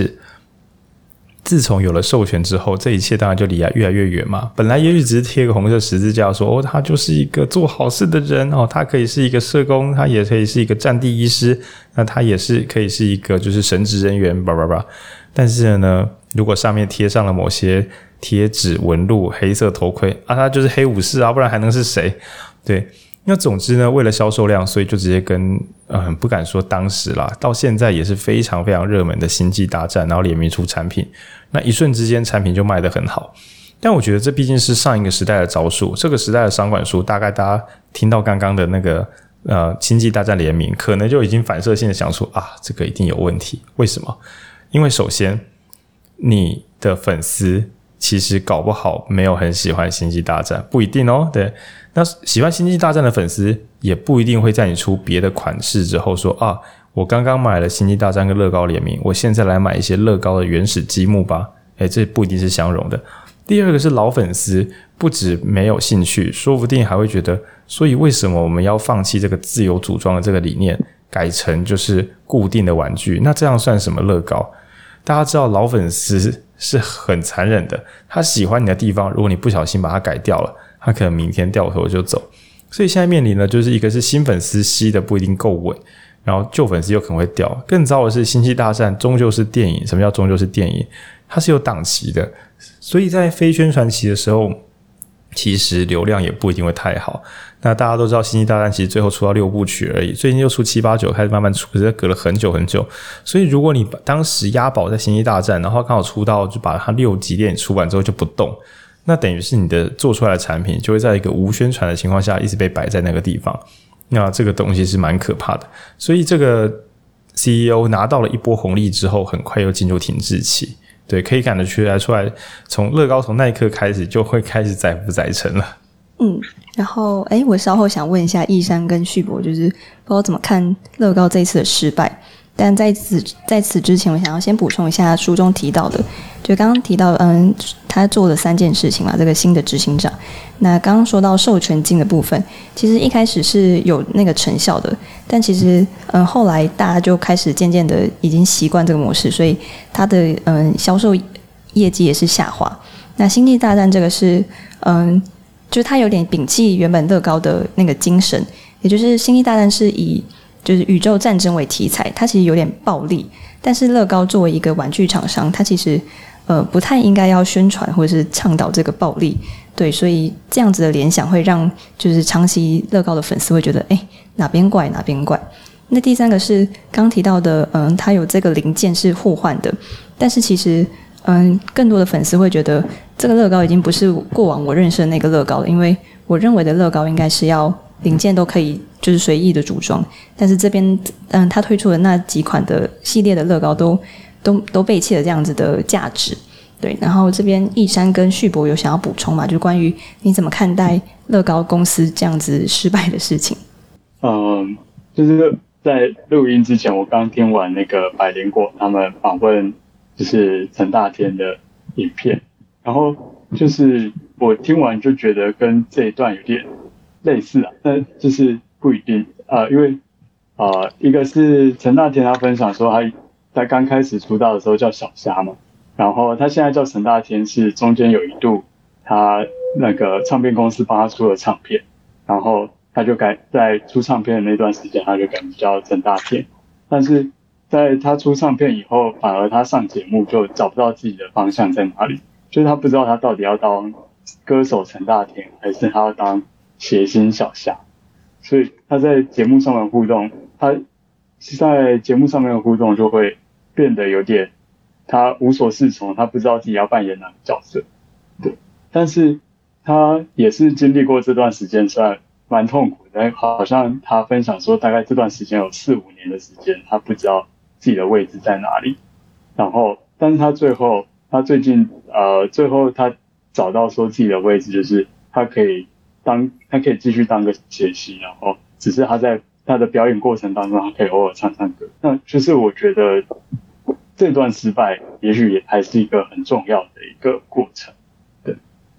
自从有了授权之后，这一切当然就离越来越远嘛。本来也许只是贴个红色十字架说他就是一个做好事的人他可以是一个社工，他也可以是一个战地医师，那他也是可以是一个就是神职人员叭叭叭。但是呢，如果上面贴上了某些贴纸纹路、黑色头盔他就是黑武士不然还能是谁？对。那总之呢，为了销售量，所以就直接跟不敢说当时啦，到现在也是非常非常热门的星际大战，然后联名出产品，那一瞬之间产品就卖得很好。但我觉得这毕竟是上一个时代的招数，这个时代的商管书，大概大家听到刚刚的那个星际大战联名，可能就已经反射性的想出这个一定有问题。为什么？因为首先你的粉丝其实搞不好没有很喜欢星际大战，不一定对。那喜欢星际大战的粉丝也不一定会在你出别的款式之后说我刚刚买了星际大战跟乐高联名，我现在来买一些乐高的原始积木吧。这不一定是相容的。第二个是老粉丝不止没有兴趣，说不定还会觉得，所以为什么我们要放弃这个自由组装的这个理念，改成就是固定的玩具？那这样算什么乐高？大家知道老粉丝是很残忍的，他喜欢你的地方，如果你不小心把它改掉了，他可能明天掉头就走。所以现在面临的就是一个是新粉丝吸的不一定够稳，然后旧粉丝又可能会掉。更糟的是星际大战终究是电影。什么叫终究是电影？它是有档期的，所以在非宣传期的时候，其实流量也不一定会太好。那大家都知道星际大战其实最后出到6部曲而已，最近又出7、8、9开始慢慢出，可是隔了很久很久。所以如果你当时押宝在星际大战，然后刚好出到就把它6集电影出完之后就不动，那等于是你的做出来的产品就会在一个无宣传的情况下一直被摆在那个地方，那这个东西是蛮可怕的。所以这个 CEO 拿到了一波红利之后，很快又进入停滞期。对，可以感觉出来，从乐高从那一刻开始就会开始载浮载沉了。 然后我稍后想问一下易山跟旭博，就是不知道怎么看乐高这一次的失败。但在此之前，我想要先补充一下书中提到的，就刚刚提到他做了3件事情嘛，这个新的执行长。那刚刚说到授权金的部分，其实一开始是有那个成效的，但其实后来大家就开始渐渐的已经习惯这个模式，所以他的销售业绩也是下滑。那星际大战这个是就是他有点摒弃原本乐高的那个精神，也就是星际大战是以就是宇宙战争为题材，它其实有点暴力，但是乐高作为一个玩具厂商，它其实不太应该要宣传或者是倡导这个暴力。对，所以这样子的联想会让就是长期乐高的粉丝会觉得哪边怪哪边怪。那第3个是刚提到的它有这个零件是互换的，但是其实更多的粉丝会觉得这个乐高已经不是过往我认识的那个乐高了，因为我认为的乐高应该是要零件都可以就是随意的组装，但是这边他推出的那几款的系列的乐高都背弃了这样子的价值。对，然后这边易山跟旭博有想要补充嘛，就是关于你怎么看待乐高公司这样子失败的事情。 就是在录音之前，我刚听完那个百灵果他们访问就是陈大天的影片，然后就是我听完就觉得跟这一段有点类似但就是不一定因为一个是陈大天他分享说他刚开始出道的时候叫小虾嘛，然后他现在叫陈大天是中间有一度他那个唱片公司帮他出了唱片，然后他就在出唱片的那段时间他就改名叫陈大天，但是在他出唱片以后，反而他上节目就找不到自己的方向在哪里，就是他不知道他到底要当歌手陈大天还是他要当谐星小虾。 所以他在节目上面的互动，就会变得有点他无所适从，他不知道自己要扮演哪个角色。对，但是他也是经历过这段时间，虽然蛮痛苦的，好像他分享说大概这段时间有4-5年的时间，他不知道自己的位置在哪里。然后，但是他最后他找到说自己的位置，就是他可以继续当个写戏，然后只是他在他的表演过程当中，他可以偶尔唱唱歌。那就是我觉得这段失败，也许也还是一个很重要的一个过程。对。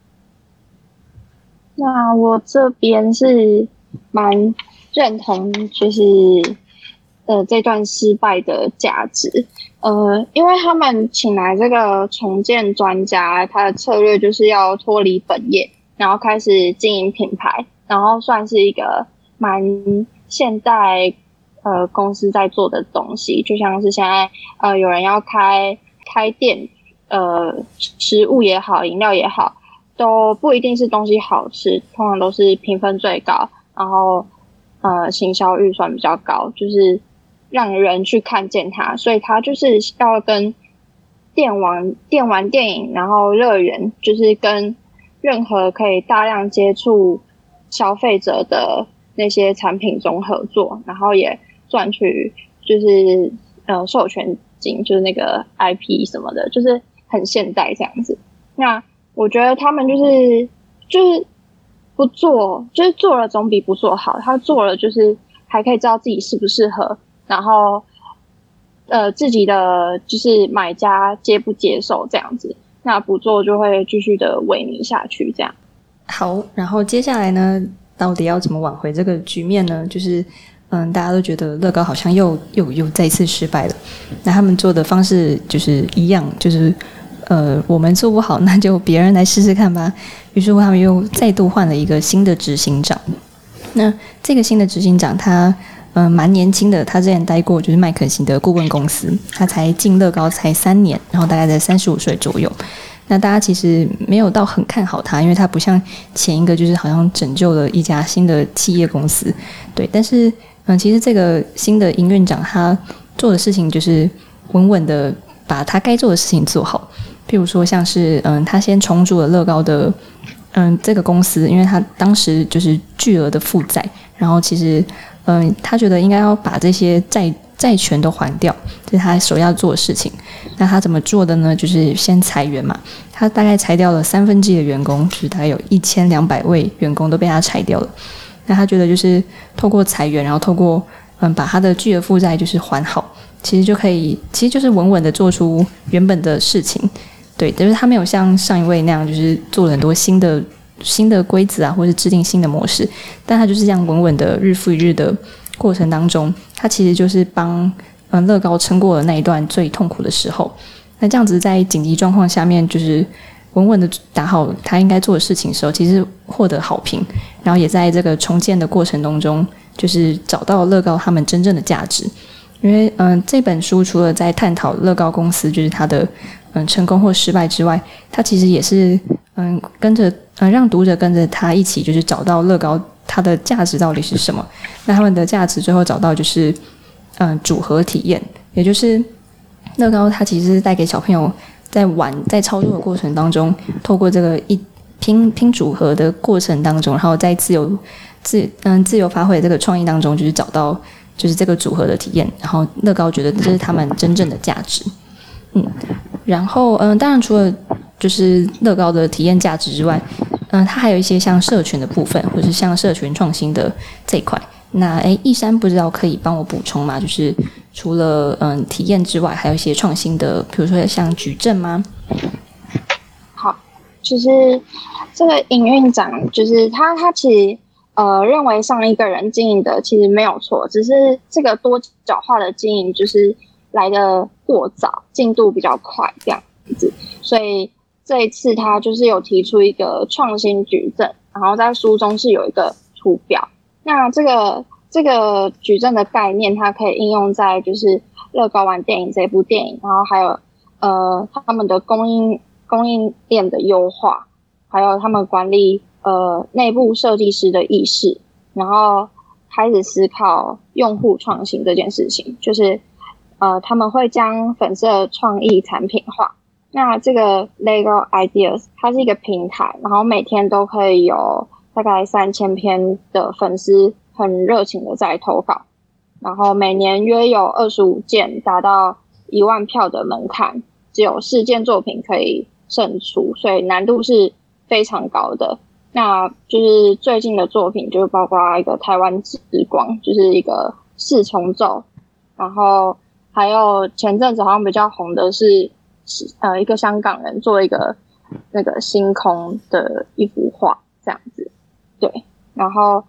那我这边是蛮认同，就是这段失败的价值。因为他们请来这个重建专家，他的策略就是要脱离本业，然后开始经营品牌，然后算是一个蛮现代公司在做的东西，就像是现在有人要开店，食物也好，饮料也好，都不一定是东西好吃，通常都是评分最高，然后行销预算比较高，就是让人去看见它，所以它就是要跟电玩电影，然后乐园，就是跟任何可以大量接触消费者的那些产品中合作，然后也赚取就是授权金，就是那个 IP 什么的，就是很现代这样子。那我觉得他们就是不做，就是做了总比不做好。他做了就是还可以知道自己适不适合，然后自己的就是买家接不接受这样子。那不做就会继续的萎靡下去这样。 好，然后接下来呢，到底要怎么挽回这个局面呢？就是大家都觉得乐高好像又再一次失败了。那他们做的方式就是一样，就是我们做不好，那就别人来试试看吧。于是乎，他们又再度换了一个新的执行长。那这个新的执行长他蛮年轻的，他之前待过就是麦肯锡的顾问公司，他才进乐高才3年，然后大概在35岁左右。那大家其实没有到很看好他，因为他不像前一个就是好像拯救了一家新的企业公司，对。但是其实这个新的营运长他做的事情就是稳稳的把他该做的事情做好。譬如说像是他先重组了乐高的这个公司，因为他当时就是巨额的负债，然后其实他觉得应该要把这些债权都还掉，这是他首要做的事情。那他怎么做的呢？就是先裁员嘛，他大概裁掉了1/3的员工，就是大概有1200位员工都被他裁掉了。那他觉得就是透过裁员，然后透过把他的巨额负债就是还好，其实就是稳稳的做出原本的事情。对，但是他没有像上一位那样，就是做了很多新的规则啊，或是制定新的模式，但他就是这样稳稳的日复一日的过程当中，他其实就是帮乐高撑过了那一段最痛苦的时候。那这样子在紧急状况下面，就是稳稳的打好他应该做的事情的时候，其实获得好评，然后也在这个重建的过程当中，就是找到乐高他们真正的价值。因为这本书除了在探讨乐高公司就是它的成功或失败之外，它其实也是跟着让读者跟着他一起就是找到乐高它的价值到底是什么。那他们的价值最后找到就是组合体验，也就是乐高它其实是带给小朋友在操作的过程当中，透过这个拼组合的过程当中，然后在自由发挥的这个创意当中，就是找到就是这个组合的体验，然后乐高觉得这是他们真正的价值。然后当然除了就是乐高的体验价值之外，它还有一些像社群的部分，或者是像社群创新的这一块。那一山不知道可以帮我补充吗？就是除了体验之外，还有一些创新的，比如说像矩阵吗？ 好，就是这个营运长，就是他其实认为上一个人经营的其实没有错，只是这个多角化的经营就是来得过早，进度比较快这样子，所以这一次他就是有提出一个创新矩阵，然后在书中是有一个图表。那这个矩阵的概念，它可以应用在就是乐高玩电影这部电影，然后还有他们的供应链的优化，还有他们管理内部设计师的意识，然后开始思考用户创新这件事情，就是他们会将粉丝的创意产品化。那这个 LEGO Ideas 它是一个平台，然后每天都可以有大概3000篇的粉丝很热情的在投稿，然后每年约有25件达到1万票的门槛，只有4件作品可以胜出，所以难度是非常高的。那就是最近的作品就包括一个台湾之光，就是一个4重奏，然后还有前阵子好像比较红的是一个香港人做一个那个星空的一幅画这样子。对，然后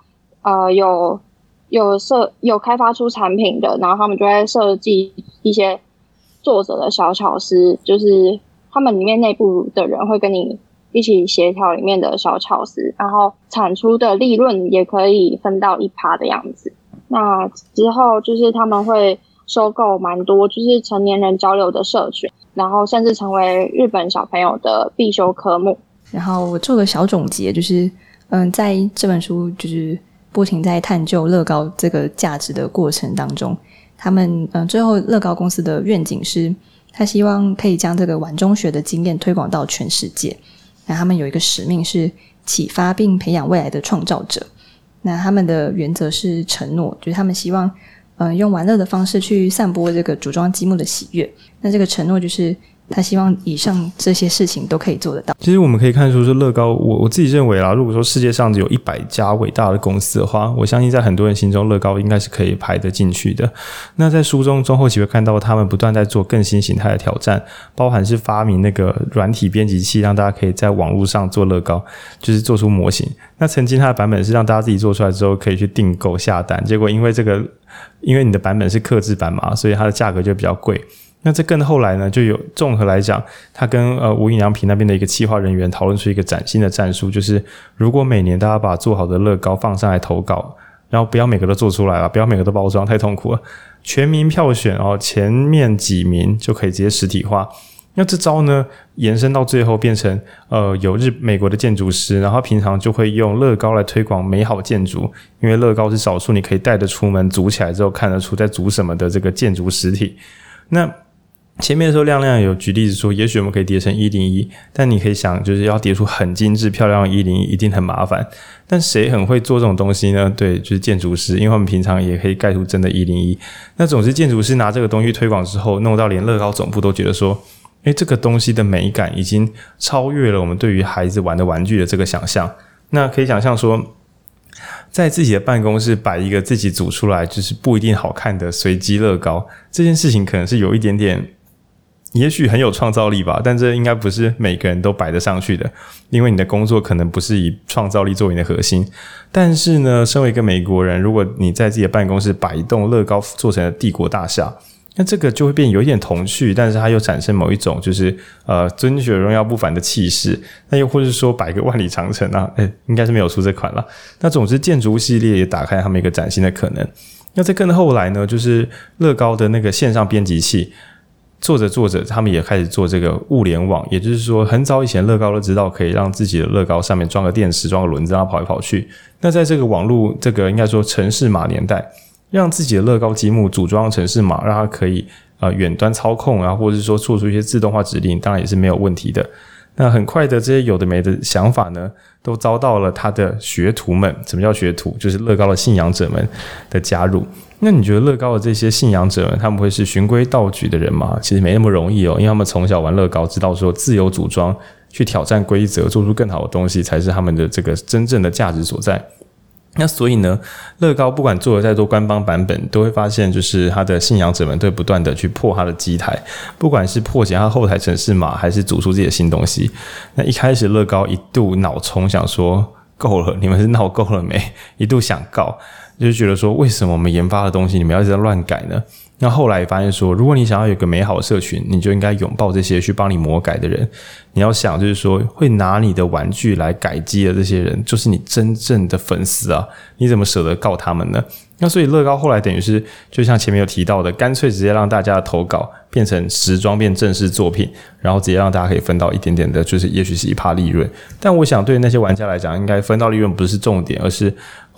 有开发出产品的，然后他们就会设计一些作者的小巧思，就是他们里面内部的人会跟你一起协调里面的小巧思，然后产出的利润也可以分到1%的样子。那之后就是他们会收购蛮多就是成年人交流的社群，然后甚至成为日本小朋友的必修科目。 然后我做个小总结，就是在这本书就是不停在探究乐高这个价值的过程当中，他们最后乐高公司的愿景是他希望可以将这个晚中学的经验推广到全世界。那他们有一个使命是启发并培养未来的创造者。那他们的原则是承诺，就是他们希望用玩乐的方式去散播这个组装积木的喜悦。那这个承诺就是他希望以上这些事情都可以做得到。 其实我们可以看出说乐高，我自己认为啦，如果说世界上只有100家伟大的公司的话，我相信在很多人心中乐高应该是可以排得进去的。那在书中中后期会看到他们不断在做更新形态的挑战，包含是发明那个软体编辑器，让大家可以在网络上做乐高，就是做出模型。那曾经它的版本是让大家自己做出来之后可以去订购下单，结果因为你的版本是客制版嘛，所以它的价格就比较贵。那这更后来呢，就有综合来讲，他跟无印良品那边的一个企划人员讨论出一个崭新的战术，就是如果每年大家把做好的乐高放上来投稿，然后不要每个都做出来了，不要每个都包装，太痛苦了，全民票选前面几名就可以直接实体化。那这招呢延伸到最后变成有美国的建筑师，然后平常就会用乐高来推广美好建筑，因为乐高是少数你可以带着出门组起来之后看得出在组什么的这个建筑实体。那前面的时候亮亮有举例子说，也许我们可以叠成101，但你可以想就是要叠出很精致漂亮的101一定很麻烦，但谁很会做这种东西呢？对，就是建筑师，因为他们平常也可以盖出真的101。那总之建筑师拿这个东西推广之后，弄到连乐高总部都觉得说这个东西的美感已经超越了我们对于孩子玩的玩具的这个想象。那可以想象说，在自己的办公室摆一个自己组出来就是不一定好看的随机乐高，这件事情可能是有一点点也许很有创造力吧，但这应该不是每个人都摆得上去的，因为你的工作可能不是以创造力作为你的核心。但是呢，身为一个美国人，如果你在自己的办公室摆一栋乐高做成了帝国大厦，那这个就会变有一点童趣，但是它又产生某一种就是尊爵荣耀不凡的气势。那又或是说摆个万里长城啊，应该是没有出这款啦。那总之建筑系列也打开他们一个崭新的可能。那在更后来呢，就是乐高的那个线上编辑器做着他们也开始做这个物联网，也就是说很早以前乐高都知道可以让自己的乐高上面装个电池装个轮子让它跑来跑去。那在这个网络这个应该说程式码年代，让自己的乐高积木组装程式码让它可以远端操控啊，或者是说做出一些自动化指令，当然也是没有问题的。那很快的这些有的没的想法呢，都遭到了他的学徒们，什么叫学徒？就是乐高的信仰者们的加入。那你觉得乐高的这些信仰者们，他们会是循规蹈矩的人吗？其实没那么容易因为他们从小玩乐高，知道说自由组装，去挑战规则，做出更好的东西，才是他们的这个真正的价值所在。那所以呢，乐高不管做了再多官方版本，都会发现就是他的信仰者们都会不断的去破他的机台，不管是破解他后台程式码，还是组出自己的新东西。那一开始乐高一度脑冲想说够了，你们是闹够了没？一度想告，就是觉得说为什么我们研发的东西你们要一直在乱改呢？那后来发现说，如果你想要有一个美好的社群，你就应该拥抱这些去帮你魔改的人。你要想就是说，会拿你的玩具来改机的这些人，就是你真正的粉丝啊！你怎么舍得告他们呢？那所以乐高后来等于是就像前面有提到的，干脆直接让大家的投稿变成时装变正式作品，然后直接让大家可以分到一点点的，就是也许是1%利润。但我想对那些玩家来讲，应该分到利润不是重点，而是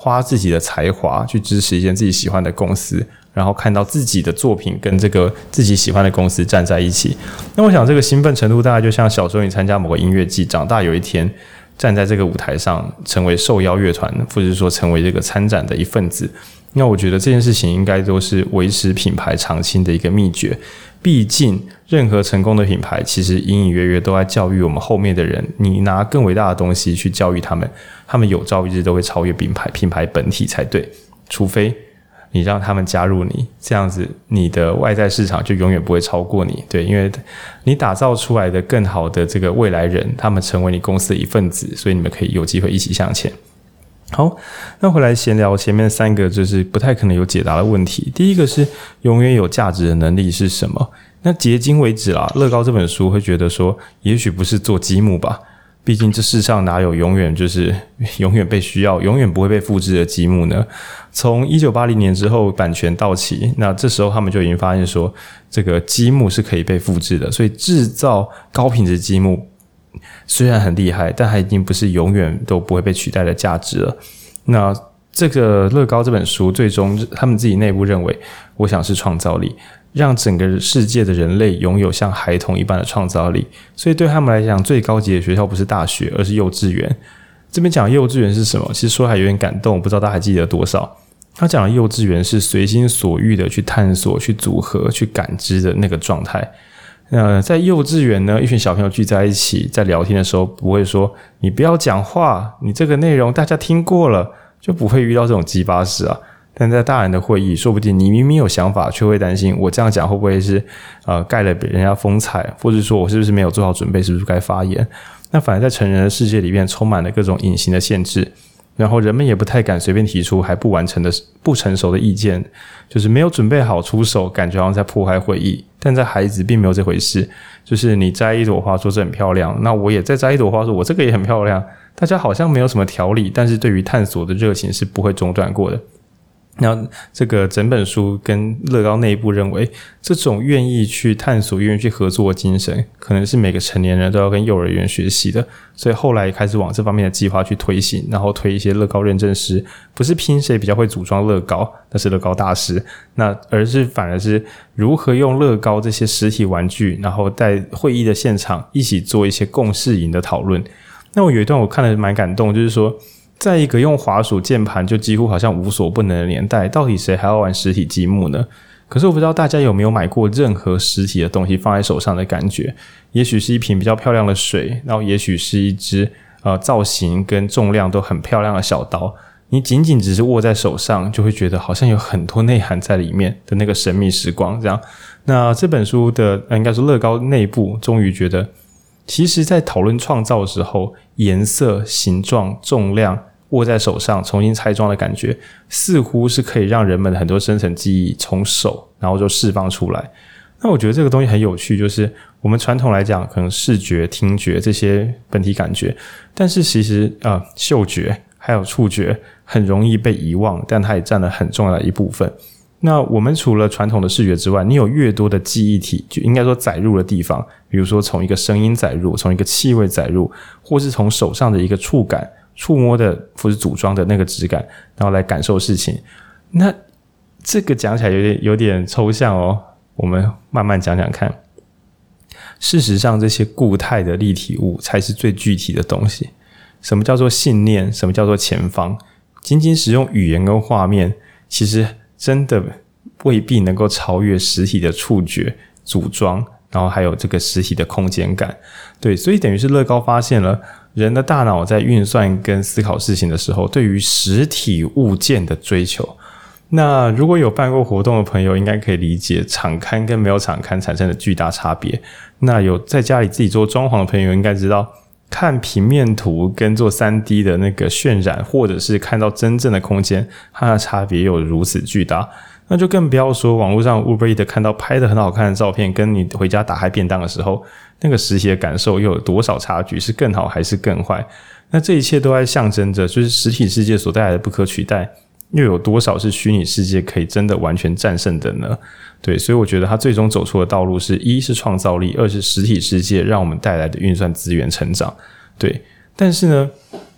花自己的才华去支持一间自己喜欢的公司，然后看到自己的作品跟这个自己喜欢的公司站在一起。那我想这个兴奋程度大概就像小时候你参加某个音乐季，长大有一天站在这个舞台上成为受邀乐团，或者是说成为这个参展的一份子。那我觉得这件事情应该都是维持品牌长青的一个秘诀。毕竟任何成功的品牌其实隐隐约约都在教育我们后面的人，你拿更伟大的东西去教育他们，他们有朝一日都会超越品牌本体才对，除非你让他们加入你，这样子你的外在市场就永远不会超过你。对，因为你打造出来的更好的这个未来人，他们成为你公司的一份子，所以你们可以有机会一起向前。好，那回来闲聊前面3个就是不太可能有解答的问题。第一个是永远有价值的能力是什么？那迄今为止啦，乐高这本书会觉得说也许不是做积木吧，毕竟这世上哪有永远被需要永远不会被复制的积木呢？从1980年之后版权到期，那这时候他们就已经发现说这个积木是可以被复制的，所以制造高品质积木虽然很厉害，但它已经不是永远都不会被取代的价值了。那这个乐高这本书最终他们自己内部认为，我想是创造力，让整个世界的人类拥有像孩童一般的创造力。所以对他们来讲，最高级的学校不是大学，而是幼稚园。这边讲幼稚园是什么，其实说还有点感动，不知道大家还记得多少。他讲的幼稚园是随心所欲的去探索、去组合、去感知的那个状态。在幼稚园呢，一群小朋友聚在一起，在聊天的时候不会说你不要讲话，你这个内容大家听过了，就不会遇到这种鸡巴事啊。但在大人的会议，说不定你明明有想法，却会担心我这样讲会不会是盖了人家风采，或者说我是不是没有做好准备，是不是该发言。那反而在成人的世界里面充满了各种隐形的限制，然后人们也不太敢随便提出还不成熟的意见，就是没有准备好出手，感觉好像在破坏会议。但在孩子并没有这回事，就是你摘一朵花说这很漂亮，那我也再摘一朵花说我这个也很漂亮，大家好像没有什么条理，但是对于探索的热情是不会中断过的。那这个整本书跟乐高内部认为，这种愿意去探索、愿意去合作的精神，可能是每个成年人都要跟幼儿园学习的。所以后来开始往这方面的计划去推行，然后推一些乐高认证师，不是拼谁比较会组装乐高，那是乐高大师，反而是如何用乐高这些实体玩具，然后在会议的现场一起做一些共识营的讨论。那我有一段我看了蛮感动，就是说在一个用滑鼠键盘就几乎好像无所不能的年代，到底谁还要玩实体积木呢？可是我不知道大家有没有买过任何实体的东西放在手上的感觉，也许是一瓶比较漂亮的水，然后也许是一支造型跟重量都很漂亮的小刀，你仅仅只是握在手上，就会觉得好像有很多内涵在里面的那个神秘时光这样。那这本书的应该说乐高内部终于觉得，其实在讨论创造的时候，颜色、形状、重量握在手上重新拆装的感觉，似乎是可以让人们的很多深层记忆从手然后就释放出来。那我觉得这个东西很有趣，就是我们传统来讲可能视觉、听觉这些本体感觉，但是其实嗅觉还有触觉很容易被遗忘，但它也占了很重要的一部分。那我们除了传统的视觉之外，你有越多的记忆体，就应该说载入的地方，比如说从一个声音载入，从一个气味载入，或是从手上的一个触感、触摸的或是组装的那个质感，然后来感受事情。那这个讲起来有点抽象哦，我们慢慢讲讲看。事实上，这些固态的立体物才是最具体的东西。什么叫做信念？什么叫做前方？仅仅使用语言跟画面，其实真的未必能够超越实体的触觉、组装，然后还有这个实体的空间感。对，所以等于是乐高发现了人的大脑在运算跟思考事情的时候，对于实体物件的追求。那如果有办过活动的朋友应该可以理解场刊跟没有场刊产生的巨大差别。那有在家里自己做装潢的朋友应该知道，看平面图跟做 3D 的那个渲染，或者是看到真正的空间，它的差别又有如此巨大。那就更不要说网络上 Uber Eats 看到拍的很好看的照片，跟你回家打开便当的时候，那个实体的感受又有多少差距，是更好还是更坏？那这一切都在象征着，就是实体世界所带来的不可取代，又有多少是虚拟世界可以真的完全战胜的呢？对，所以我觉得他最终走出的道路是，一是创造力，二是实体世界让我们带来的运算资源成长。对，但是呢，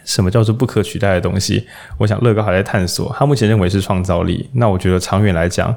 什么叫做不可取代的东西？我想乐高还在探索，他目前认为是创造力。那我觉得长远来讲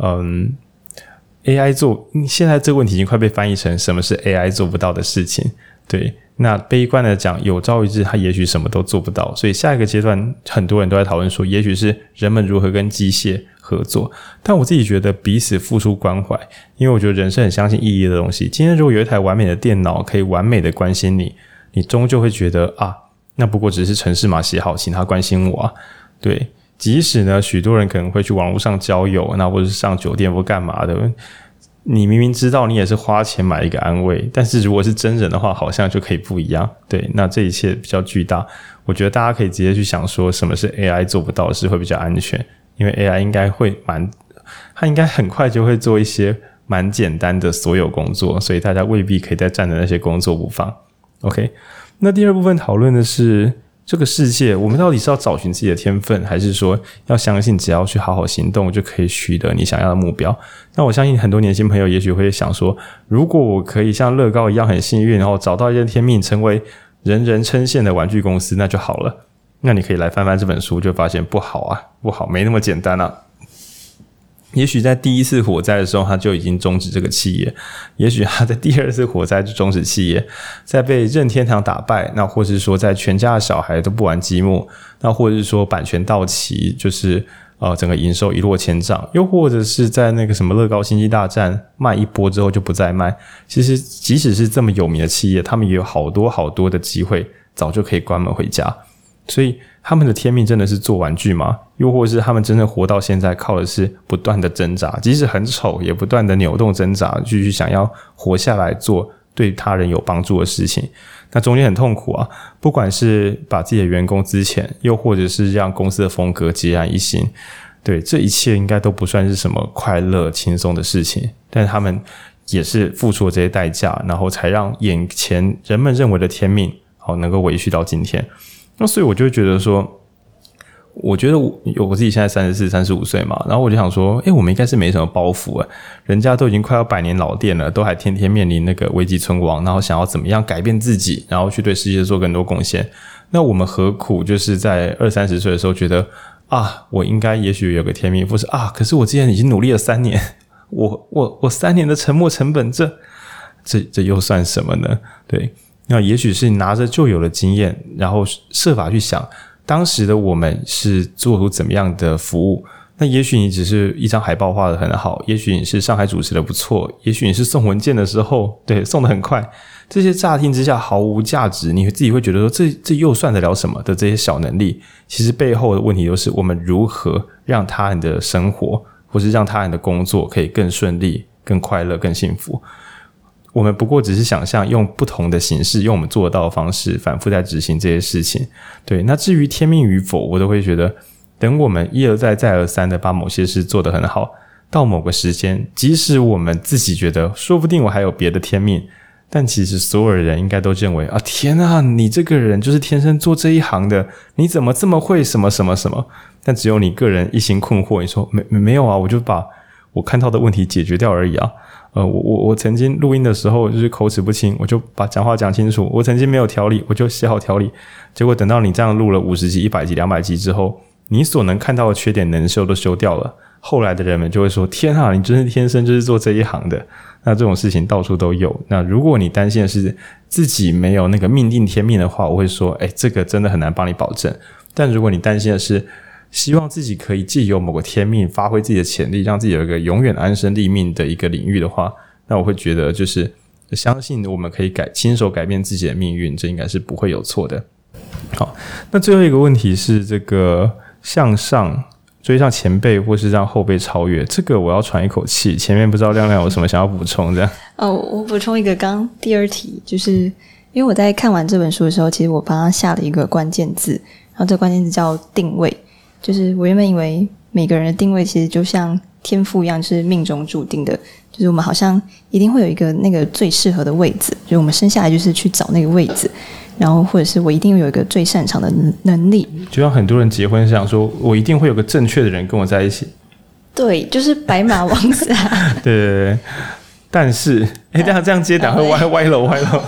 AI 现在这个问题已经快被翻译成什么是 AI 做不到的事情。对，那悲观的讲，有朝一日它也许什么都做不到，所以下一个阶段很多人都在讨论说，也许是人们如何跟机械合作。但我自己觉得彼此付出关怀，因为我觉得人是很相信意义的东西。今天如果有一台完美的电脑可以完美的关心你，你终究会觉得啊，那不过只是程式码写好，请他关心我啊。对，即使呢许多人可能会去网络上交友，那或者是上酒店或干嘛的，你明明知道你也是花钱买一个安慰，但是如果是真人的话好像就可以不一样。对，那这一切比较巨大，我觉得大家可以直接去想说什么是 AI 做不到的事会比较安全，因为 AI 应该会它应该很快就会做一些蛮简单的所有工作，所以大家未必可以再占着那些工作不放。 OK， 那第二部分讨论的是这个世界，我们到底是要找寻自己的天分，还是说要相信只要去好好行动就可以取得你想要的目标？那我相信很多年轻朋友也许会想说，如果我可以像乐高一样很幸运，然后找到一件天命，成为人人称羡的玩具公司，那就好了。那你可以来翻翻这本书，就发现不好啊，不好，没那么简单啊。也许在第一次火灾的时候他就已经终止这个企业，也许他在第二次火灾就终止企业，在被任天堂打败，那或是说在全家的小孩都不玩积木，那或者是说版权到期，就是整个营收一落千丈，又或者是在那个什么乐高星际大战卖一波之后就不再卖。其实即使是这么有名的企业，他们也有好多好多的机会早就可以关门回家。所以他们的天命真的是做玩具吗？又或是他们真正活到现在靠的是不断的挣扎，即使很丑也不断的扭动挣扎，继续想要活下来做对他人有帮助的事情。那中间很痛苦啊，不管是把自己的员工资遣，又或者是让公司的风格孑然一新，对，这一切应该都不算是什么快乐轻松的事情，但是他们也是付出了这些代价，然后才让眼前人们认为的天命能够维续到今天。那所以我就会觉得说，我觉得我自己现在34、35岁嘛，然后我就想说，我们应该是没什么包袱人家都已经快要100年老店了，都还天天面临那个危机存亡，然后想要怎么样改变自己，然后去对世界做更多贡献。那我们何苦就是在20、30岁的时候觉得我应该也许有个天命，或是可是我之前已经努力了3年，我3年的沉没成本，这又算什么呢？对。那也许是你拿着旧有的经验，然后设法去想当时的我们是做出怎么样的服务。那也许你只是一张海报画得很好，也许你是上海主持得不错，也许你是送文件的时候送得很快，这些乍听之下毫无价值，你自己会觉得说这又算得了什么的这些小能力，其实背后的问题都是我们如何让他人的生活或是让他人的工作可以更顺利、更快乐、更幸福。我们不过只是想象用不同的形式，用我们做得到的方式反复在执行这些事情。对，那至于天命与否，我都会觉得等我们一而再再而三的把某些事做得很好，到某个时间，即使我们自己觉得说不定我还有别的天命，但其实所有人应该都认为天啊，你这个人就是天生做这一行的，你怎么这么会什么什么什么。但只有你个人一心困惑，你说没有啊，我就把我看到的问题解决掉而已啊。我曾经录音的时候就是口齿不清，我就把讲话讲清楚，我曾经没有条理，我就写好条理。结果等到你这样录了50集、100集、200集之后，你所能看到的缺点能修都修掉了，后来的人们就会说，天啊，你真是天生就是做这一行的。那这种事情到处都有。那如果你担心的是自己没有那个命定天命的话，我会说这个真的很难帮你保证。但如果你担心的是希望自己可以藉由某个天命发挥自己的潜力，让自己有一个永远安身立命的一个领域的话，那我会觉得就是相信我们可以亲手改变自己的命运，这应该是不会有错的。好，那最后一个问题是这个向上追上前辈或是让后辈超越，这个我要喘一口气，前面不知道亮亮有什么想要补充这样。 我补充一个，刚刚第二题就是因为我在看完这本书的时候，其实我帮他下了一个关键字，然后这个关键字叫定位。就是我原本以为每个人的定位其实就像天赋一样，就是命中注定的，就是我们好像一定会有一个那个最适合的位置，就是我们生下来就是去找那个位置，然后或者是我一定有一个最擅长的能力。就像很多人结婚想说我一定会有个正确的人跟我在一起， 对，就是白马王子啊。 对，但是这样接档会歪楼。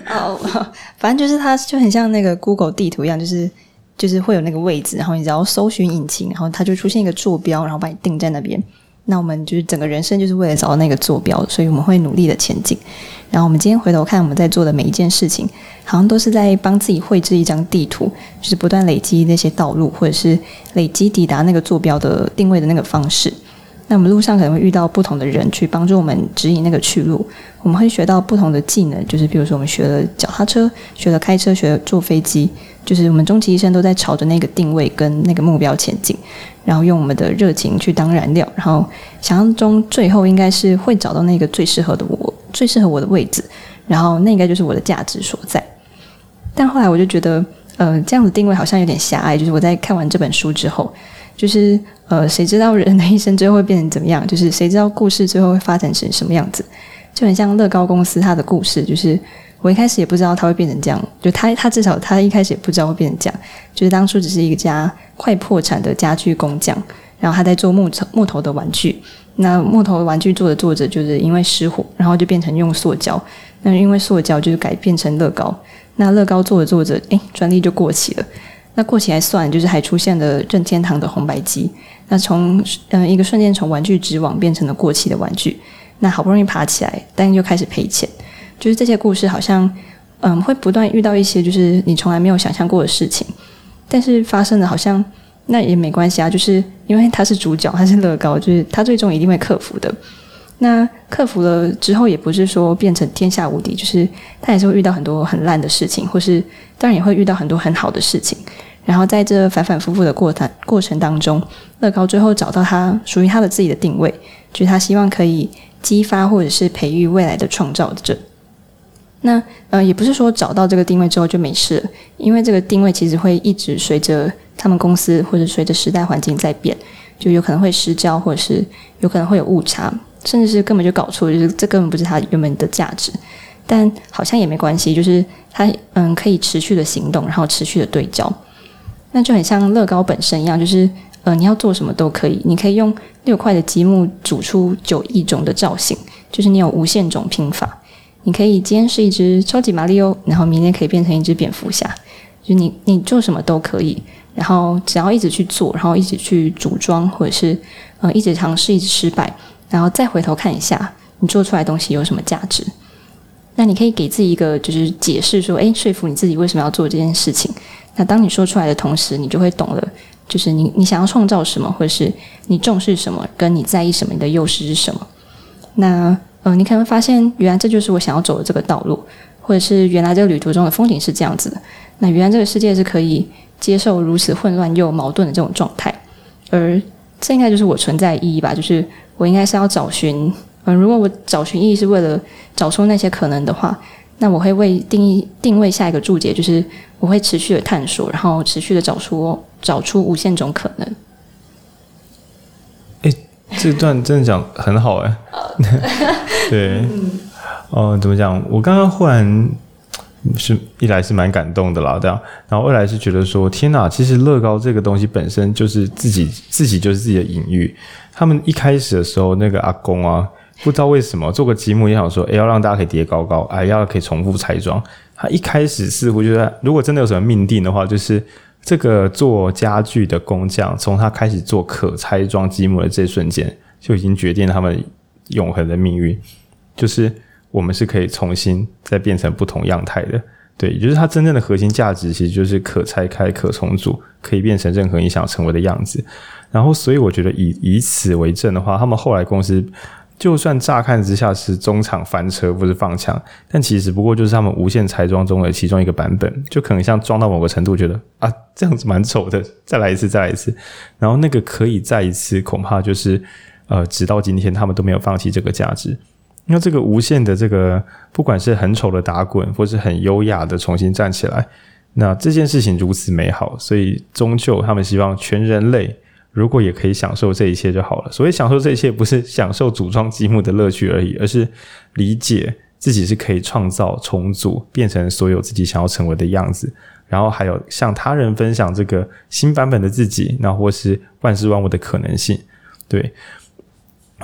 反正就是它就很像那个 Google 地图一样，就是会有那个位置，然后你只要搜寻引擎，然后它就出现一个坐标，然后把你定在那边。那我们就是整个人生就是为了找到那个坐标，所以我们会努力的前进。然后我们今天回头看我们在做的每一件事情，好像都是在帮自己绘制一张地图，就是不断累积那些道路，或者是累积抵达那个坐标的定位的那个方式。那我们路上可能会遇到不同的人去帮助我们指引那个去路，我们会学到不同的技能，就是比如说我们学了脚踏车，学了开车，学了坐飞机，就是我们终其一生都在朝着那个定位跟那个目标前进，然后用我们的热情去当燃料，然后想象中最后应该是会找到那个最适合我的位置，然后那应该就是我的价值所在。但后来我就觉得这样的定位好像有点狭隘，就是我在看完这本书之后，就是谁知道人的一生最后会变成怎么样，就是谁知道故事最后会发展成什么样子，就很像乐高公司它的故事，就是我一开始也不知道它会变成这样，就他至少他一开始也不知道会变成这样，就是当初只是一家快破产的家具工匠，然后他在做木头的玩具，那木头的玩具做着就是因为失火，然后就变成用塑胶，那因为塑胶就是改变成乐高，那乐高做着专利就过期了，那过期还算，就是还出现了任天堂的红白机，那从一个瞬间从玩具之王变成了过期的玩具，那好不容易爬起来，但又开始赔钱，就是这些故事好像会不断遇到一些就是你从来没有想象过的事情，但是发生的好像那也没关系啊，就是因为他是主角，他是乐高，就是他最终一定会克服的。那克服了之后也不是说变成天下无敌，就是他也是会遇到很多很烂的事情，或是当然也会遇到很多很好的事情，然后在这反反复复的过程当中，乐高最后找到他属于他的自己的定位，就是他希望可以激发或者是培育未来的创造者。那也不是说找到这个定位之后就没事了，因为这个定位其实会一直随着他们公司或者随着时代环境在变，就有可能会失焦，或者是有可能会有误差，甚至是根本就搞错，就是这根本不是他原本的价值，但好像也没关系，就是他可以持续的行动，然后持续的对焦，那就很像乐高本身一样，就是你要做什么都可以，你可以用6块的积木组出9亿种的造型，就是你有无限种拼法，你可以今天是一只超级马里奥，然后明天可以变成一只蝙蝠侠，就是你做什么都可以，然后只要一直去做，然后一直去组装，或者是一直尝试，一直失败，然后再回头看一下你做出来的东西有什么价值。那你可以给自己一个就是解释说，说服你自己为什么要做这件事情。那当你说出来的同时，你就会懂了，就是你想要创造什么，或者是你重视什么，跟你在意什么，你的优势是什么。那你可能会发现，原来这就是我想要走的这个道路，或者是原来这个旅途中的风景是这样子的。那原来这个世界是可以接受如此混乱又矛盾的这种状态，而这应该就是我存在的意义吧。就是我应该是要找寻，如果我找寻意义是为了找出那些可能的话，那我会为定位下一个注解，就是我会持续的探索，然后持续的找出无限种可能。 这段真的讲很好对，怎么讲？我刚刚忽然是一来是蛮感动的啦，这样，然后二来是觉得说，天哪，其实乐高这个东西本身就是自己就是自己的隐喻。他们一开始的时候，那个阿公啊，不知道为什么做个积木也想说，要让大家可以叠高高，要可以重复拆装。他一开始似乎就是如果真的有什么命定的话，就是这个做家具的工匠，从他开始做可拆装积木的这一瞬间，就已经决定了他们永恒的命运，就是我们是可以重新再变成不同样态的。对，也就是它真正的核心价值其实就是可拆开、可重组，可以变成任何你想成为的样子。然后所以我觉得以此为证的话，他们后来公司就算乍看之下是中场翻车或是放枪，但其实不过就是他们无限拆装中的其中一个版本，就可能像装到某个程度觉得这样子蛮丑的，再来一次，然后那个可以再一次，恐怕就是直到今天他们都没有放弃这个价值。那这个无限的这个不管是很丑的打滚或是很优雅的重新站起来，那这件事情如此美好，所以终究他们希望全人类如果也可以享受这一切就好了。所谓享受这一切，不是享受组装积木的乐趣而已，而是理解自己是可以创造、重组，变成所有自己想要成为的样子，然后还有向他人分享这个新版本的自己，那或是万事万物的可能性。对，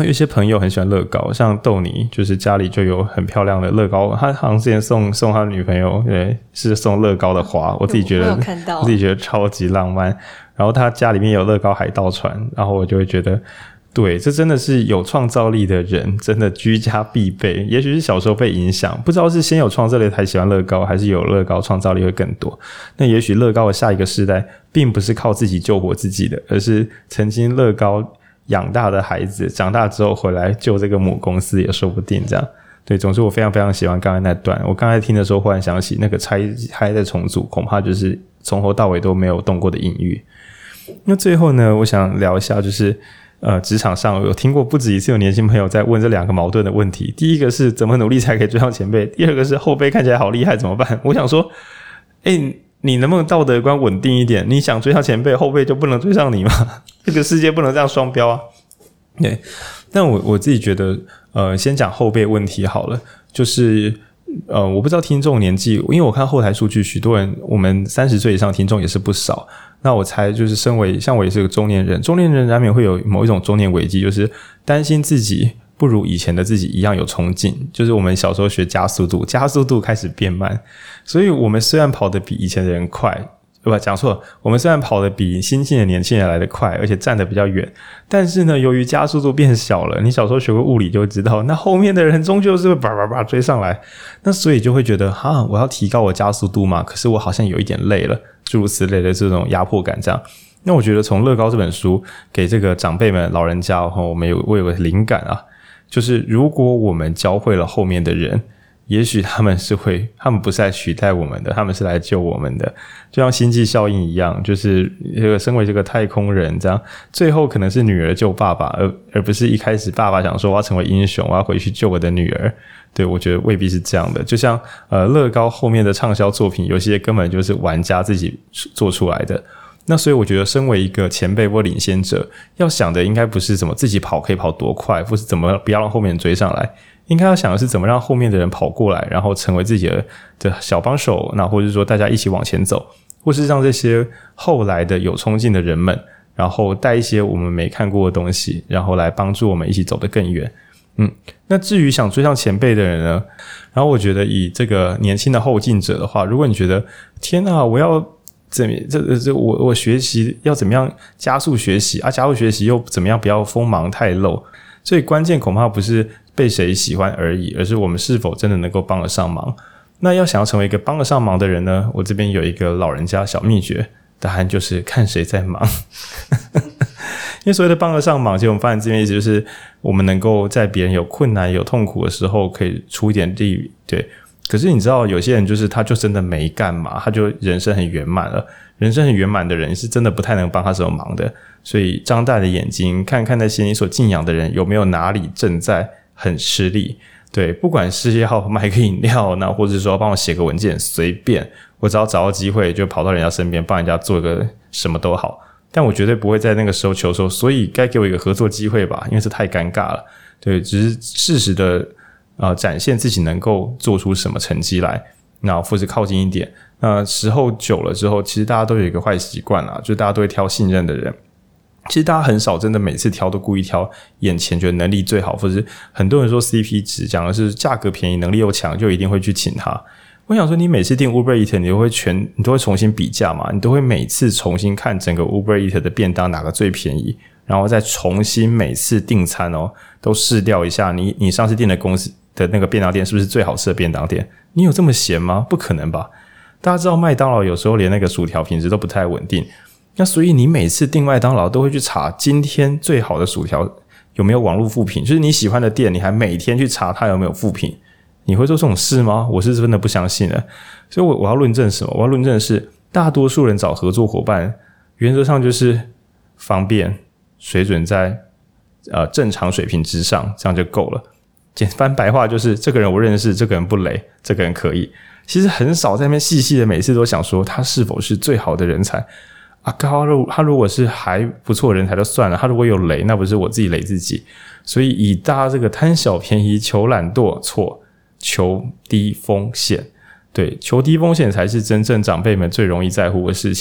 有一些朋友很喜欢乐高，像豆泥就是家里就有很漂亮的乐高，他好像之前送他的女朋友，对，是送乐高的花，我自己觉得我自己觉得超级浪漫。然后他家里面有乐高海盗船，然后我就会觉得对，这真的是有创造力的人真的居家必备。也许是小时候被影响，不知道是先有创造力才喜欢乐高，还是有乐高创造力会更多。那也许乐高的下一个世代并不是靠自己救活自己的，而是曾经乐高养大的孩子长大之后回来救这个母公司也说不定。这样对，总之我非常非常喜欢刚才那段。我刚才听的时候忽然想起那个拆再重组，恐怕就是从头到尾都没有动过的隐喻。那最后呢，我想聊一下就是职场上我有听过不止一次有年轻朋友在问这两个矛盾的问题。第一个是怎么努力才可以追上前辈，第二个是后辈看起来好厉害怎么办。我想说你能不能道德观稳定一点？你想追上前辈，后辈就不能追上你吗？这个世界不能这样双标啊。对，但我自己觉得先讲后辈问题好了。就是我不知道听众年纪，因为我看后台数据许多人我们30岁以上听众也是不少。那我猜就是身为像我也是个中年人难免会有某一种中年危机，就是担心自己不如以前的自己一样有冲劲，就是我们小时候学加速度开始变慢，所以我们虽然跑得比以前的人快，讲错了，我们虽然跑得比新进的年轻人来得快，而且站得比较远，但是呢，由于加速度变小了，你小时候学过物理就知道，那后面的人终究是会叭追上来，那所以就会觉得我要提高我加速度嘛，可是我好像有一点累了，诸如此类的这种压迫感这样。那我觉得从乐高这本书给这个长辈们老人家我有个灵感啊，就是如果我们教会了后面的人，也许他们不是来取代我们的，他们是来救我们的，就像星际效应一样，就是身为这个太空人这样，最后可能是女儿救爸爸，而不是一开始爸爸想说我要成为英雄，我要回去救我的女儿。对，我觉得未必是这样的。就像乐高后面的畅销作品，有些根本就是玩家自己做出来的。那所以我觉得身为一个前辈或领先者，要想的应该不是怎么自己跑可以跑多快，或是怎么不要让后面人追上来，应该要想的是怎么让后面的人跑过来，然后成为自己的小帮手，那或者说大家一起往前走，或是让这些后来的有冲劲的人们，然后带一些我们没看过的东西，然后来帮助我们一起走得更远。那至于想追上前辈的人呢，然后我觉得以这个年轻的后进者的话，如果你觉得天啊，我要我学习要怎么样加速学习啊？加速学习又怎么样不要锋芒太露？所以关键恐怕不是被谁喜欢而已，而是我们是否真的能够帮得上忙。那要想要成为一个帮得上忙的人呢，我这边有一个老人家小秘诀，答案就是看谁在忙。因为所谓的帮得上忙，其实我们发现这边意思就是我们能够在别人有困难有痛苦的时候可以出一点力。对，可是你知道有些人就是他就真的没干嘛，他就人生很圆满了。人生很圆满的人是真的不太能帮他什么忙的，所以张大的眼睛看看那些你所敬仰的人有没有哪里正在很吃力。对，不管是要买个饮料，那或者说帮我写个文件，随便，我只要找到机会就跑到人家身边帮人家做一个什么都好，但我绝对不会在那个时候求说所以该给我一个合作机会吧，因为这太尴尬了。对，只是适时的展现自己能够做出什么成绩来，那或是靠近一点。那时候久了之后，其实大家都有一个坏习惯啦，就是大家都会挑信任的人。其实大家很少真的每次挑都故意挑眼前觉得能力最好，或者是很多人说 CP 值讲的是价格便宜能力又强就一定会去请他。我想说你每次订 Uber Eats 你都会重新比价嘛，你都会每次重新看整个 Uber Eats 的便当哪个最便宜，然后再重新每次订餐都试掉一下你上次订的公司的那个便当店是不是最好吃的便当店。你有这么闲吗？不可能吧。大家知道麦当劳有时候连那个薯条品质都不太稳定，那所以你每次订麦当劳都会去查今天最好的薯条有没有网络复评，就是你喜欢的店你还每天去查它有没有复评。你会做这种事吗？我是真的不相信了。所以我要论证什么？我要论证的是大多数人找合作伙伴原则上就是方便，水准在正常水平之上，这样就够了。简单白话就是这个人我认识，这个人不雷，这个人可以。其实很少在那边细细的每次都想说他是否是最好的人才啊。他如果是还不错的人才就算了，他如果有雷那不是我自己雷自己。所以以大家这个贪小便宜求懒惰，错，求低风险。对，求低风险才是真正长辈们最容易在乎的事情。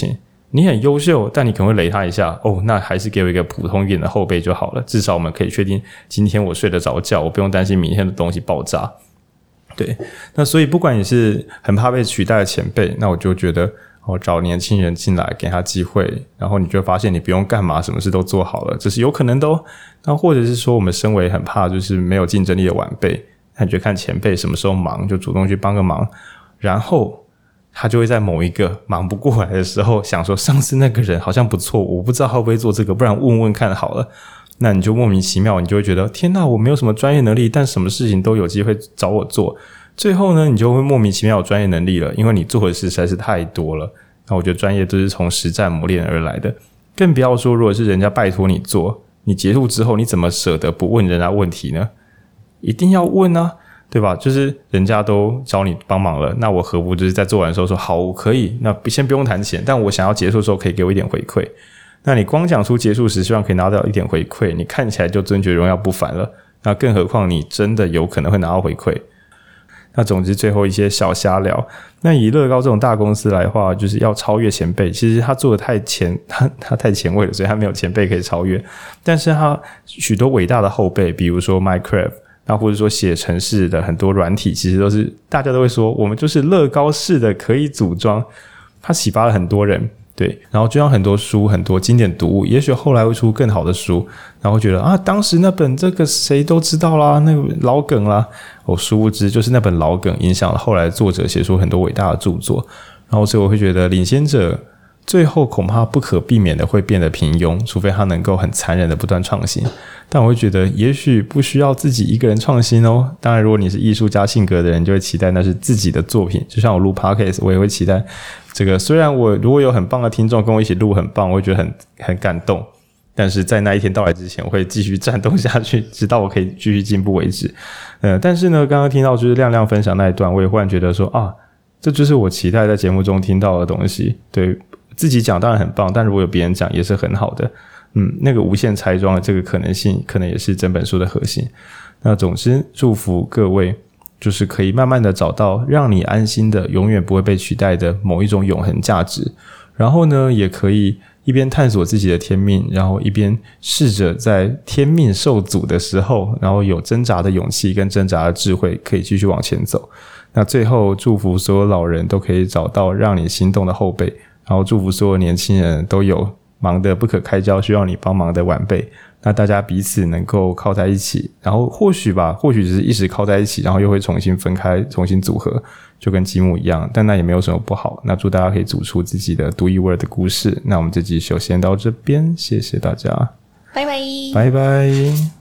你很优秀，但你可能会雷他一下，那还是给我一个普通一点的后辈就好了，至少我们可以确定今天我睡得着觉，我不用担心明天的东西爆炸。对，那所以不管你是很怕被取代的前辈，那我就觉得找年轻人进来给他机会，然后你就会发现你不用干嘛，什么事都做好了，这是有可能的那或者是说我们身为很怕就是没有竞争力的晚辈，那你就看前辈什么时候忙就主动去帮个忙，然后他就会在某一个忙不过来的时候想说上次那个人好像不错，我不知道他会不会做这个，不然问问看好了。那你就莫名其妙，你就会觉得天哪，我没有什么专业能力，但什么事情都有机会找我做。最后呢，你就会莫名其妙有专业能力了，因为你做的事实在是太多了。那我觉得专业都是从实战磨练而来的，更不要说如果是人家拜托你做，你结束之后你怎么舍得不问人家问题呢？一定要问啊，对吧？就是人家都找你帮忙了，那我何不就是在做完的时候说好，我可以，那先不用谈钱，但我想要结束的时候可以给我一点回馈。那你光讲出结束时希望可以拿到一点回馈，你看起来就尊爵荣耀不凡了，那更何况你真的有可能会拿到回馈。那总之最后一些小瞎聊，那以乐高这种大公司来的话，就是要超越前辈，其实他做的他太前卫了，所以他没有前辈可以超越，但是他许多伟大的后辈，比如说 Minecraft， 那或者说写程式的很多软体，其实都是大家都会说我们就是乐高式的可以组装，他启发了很多人。对，然后就像很多书很多经典读物，也许后来会出更好的书，然后觉得当时那本这个谁都知道啦，那个老梗啦，殊不知就是那本老梗影响了后来的作者写出很多伟大的著作。然后所以我会觉得领先者最后恐怕不可避免的会变得平庸，除非他能够很残忍的不断创新。但我会觉得也许不需要自己一个人创新当然如果你是艺术家性格的人，就会期待那是自己的作品，就像我录 Podcast 我也会期待这个，虽然我如果有很棒的听众跟我一起录很棒，我会觉得很感动，但是在那一天到来之前，我会继续战斗下去，直到我可以继续进步为止。但是呢，刚刚听到就是亮亮分享那一段，我也忽然觉得说这就是我期待在节目中听到的东西。对，自己讲当然很棒，但如果有别人讲也是很好的。那个无限拆装的这个可能性，可能也是整本书的核心。那总之，祝福各位，就是可以慢慢的找到让你安心的、永远不会被取代的某一种永恒价值。然后呢，也可以一边探索自己的天命，然后一边试着在天命受阻的时候，然后有挣扎的勇气跟挣扎的智慧，可以继续往前走。那最后，祝福所有老人都可以找到让你心动的后辈，然后祝福所有年轻人都有忙得不可开交需要你帮忙的晚辈，那大家彼此能够靠在一起，然后或许只是一时靠在一起，然后又会重新分开重新组合，就跟积木一样，但那也没有什么不好。那祝大家可以组出自己的独一无二的故事。那我们这集就先到这边，谢谢大家， 拜拜， 拜拜。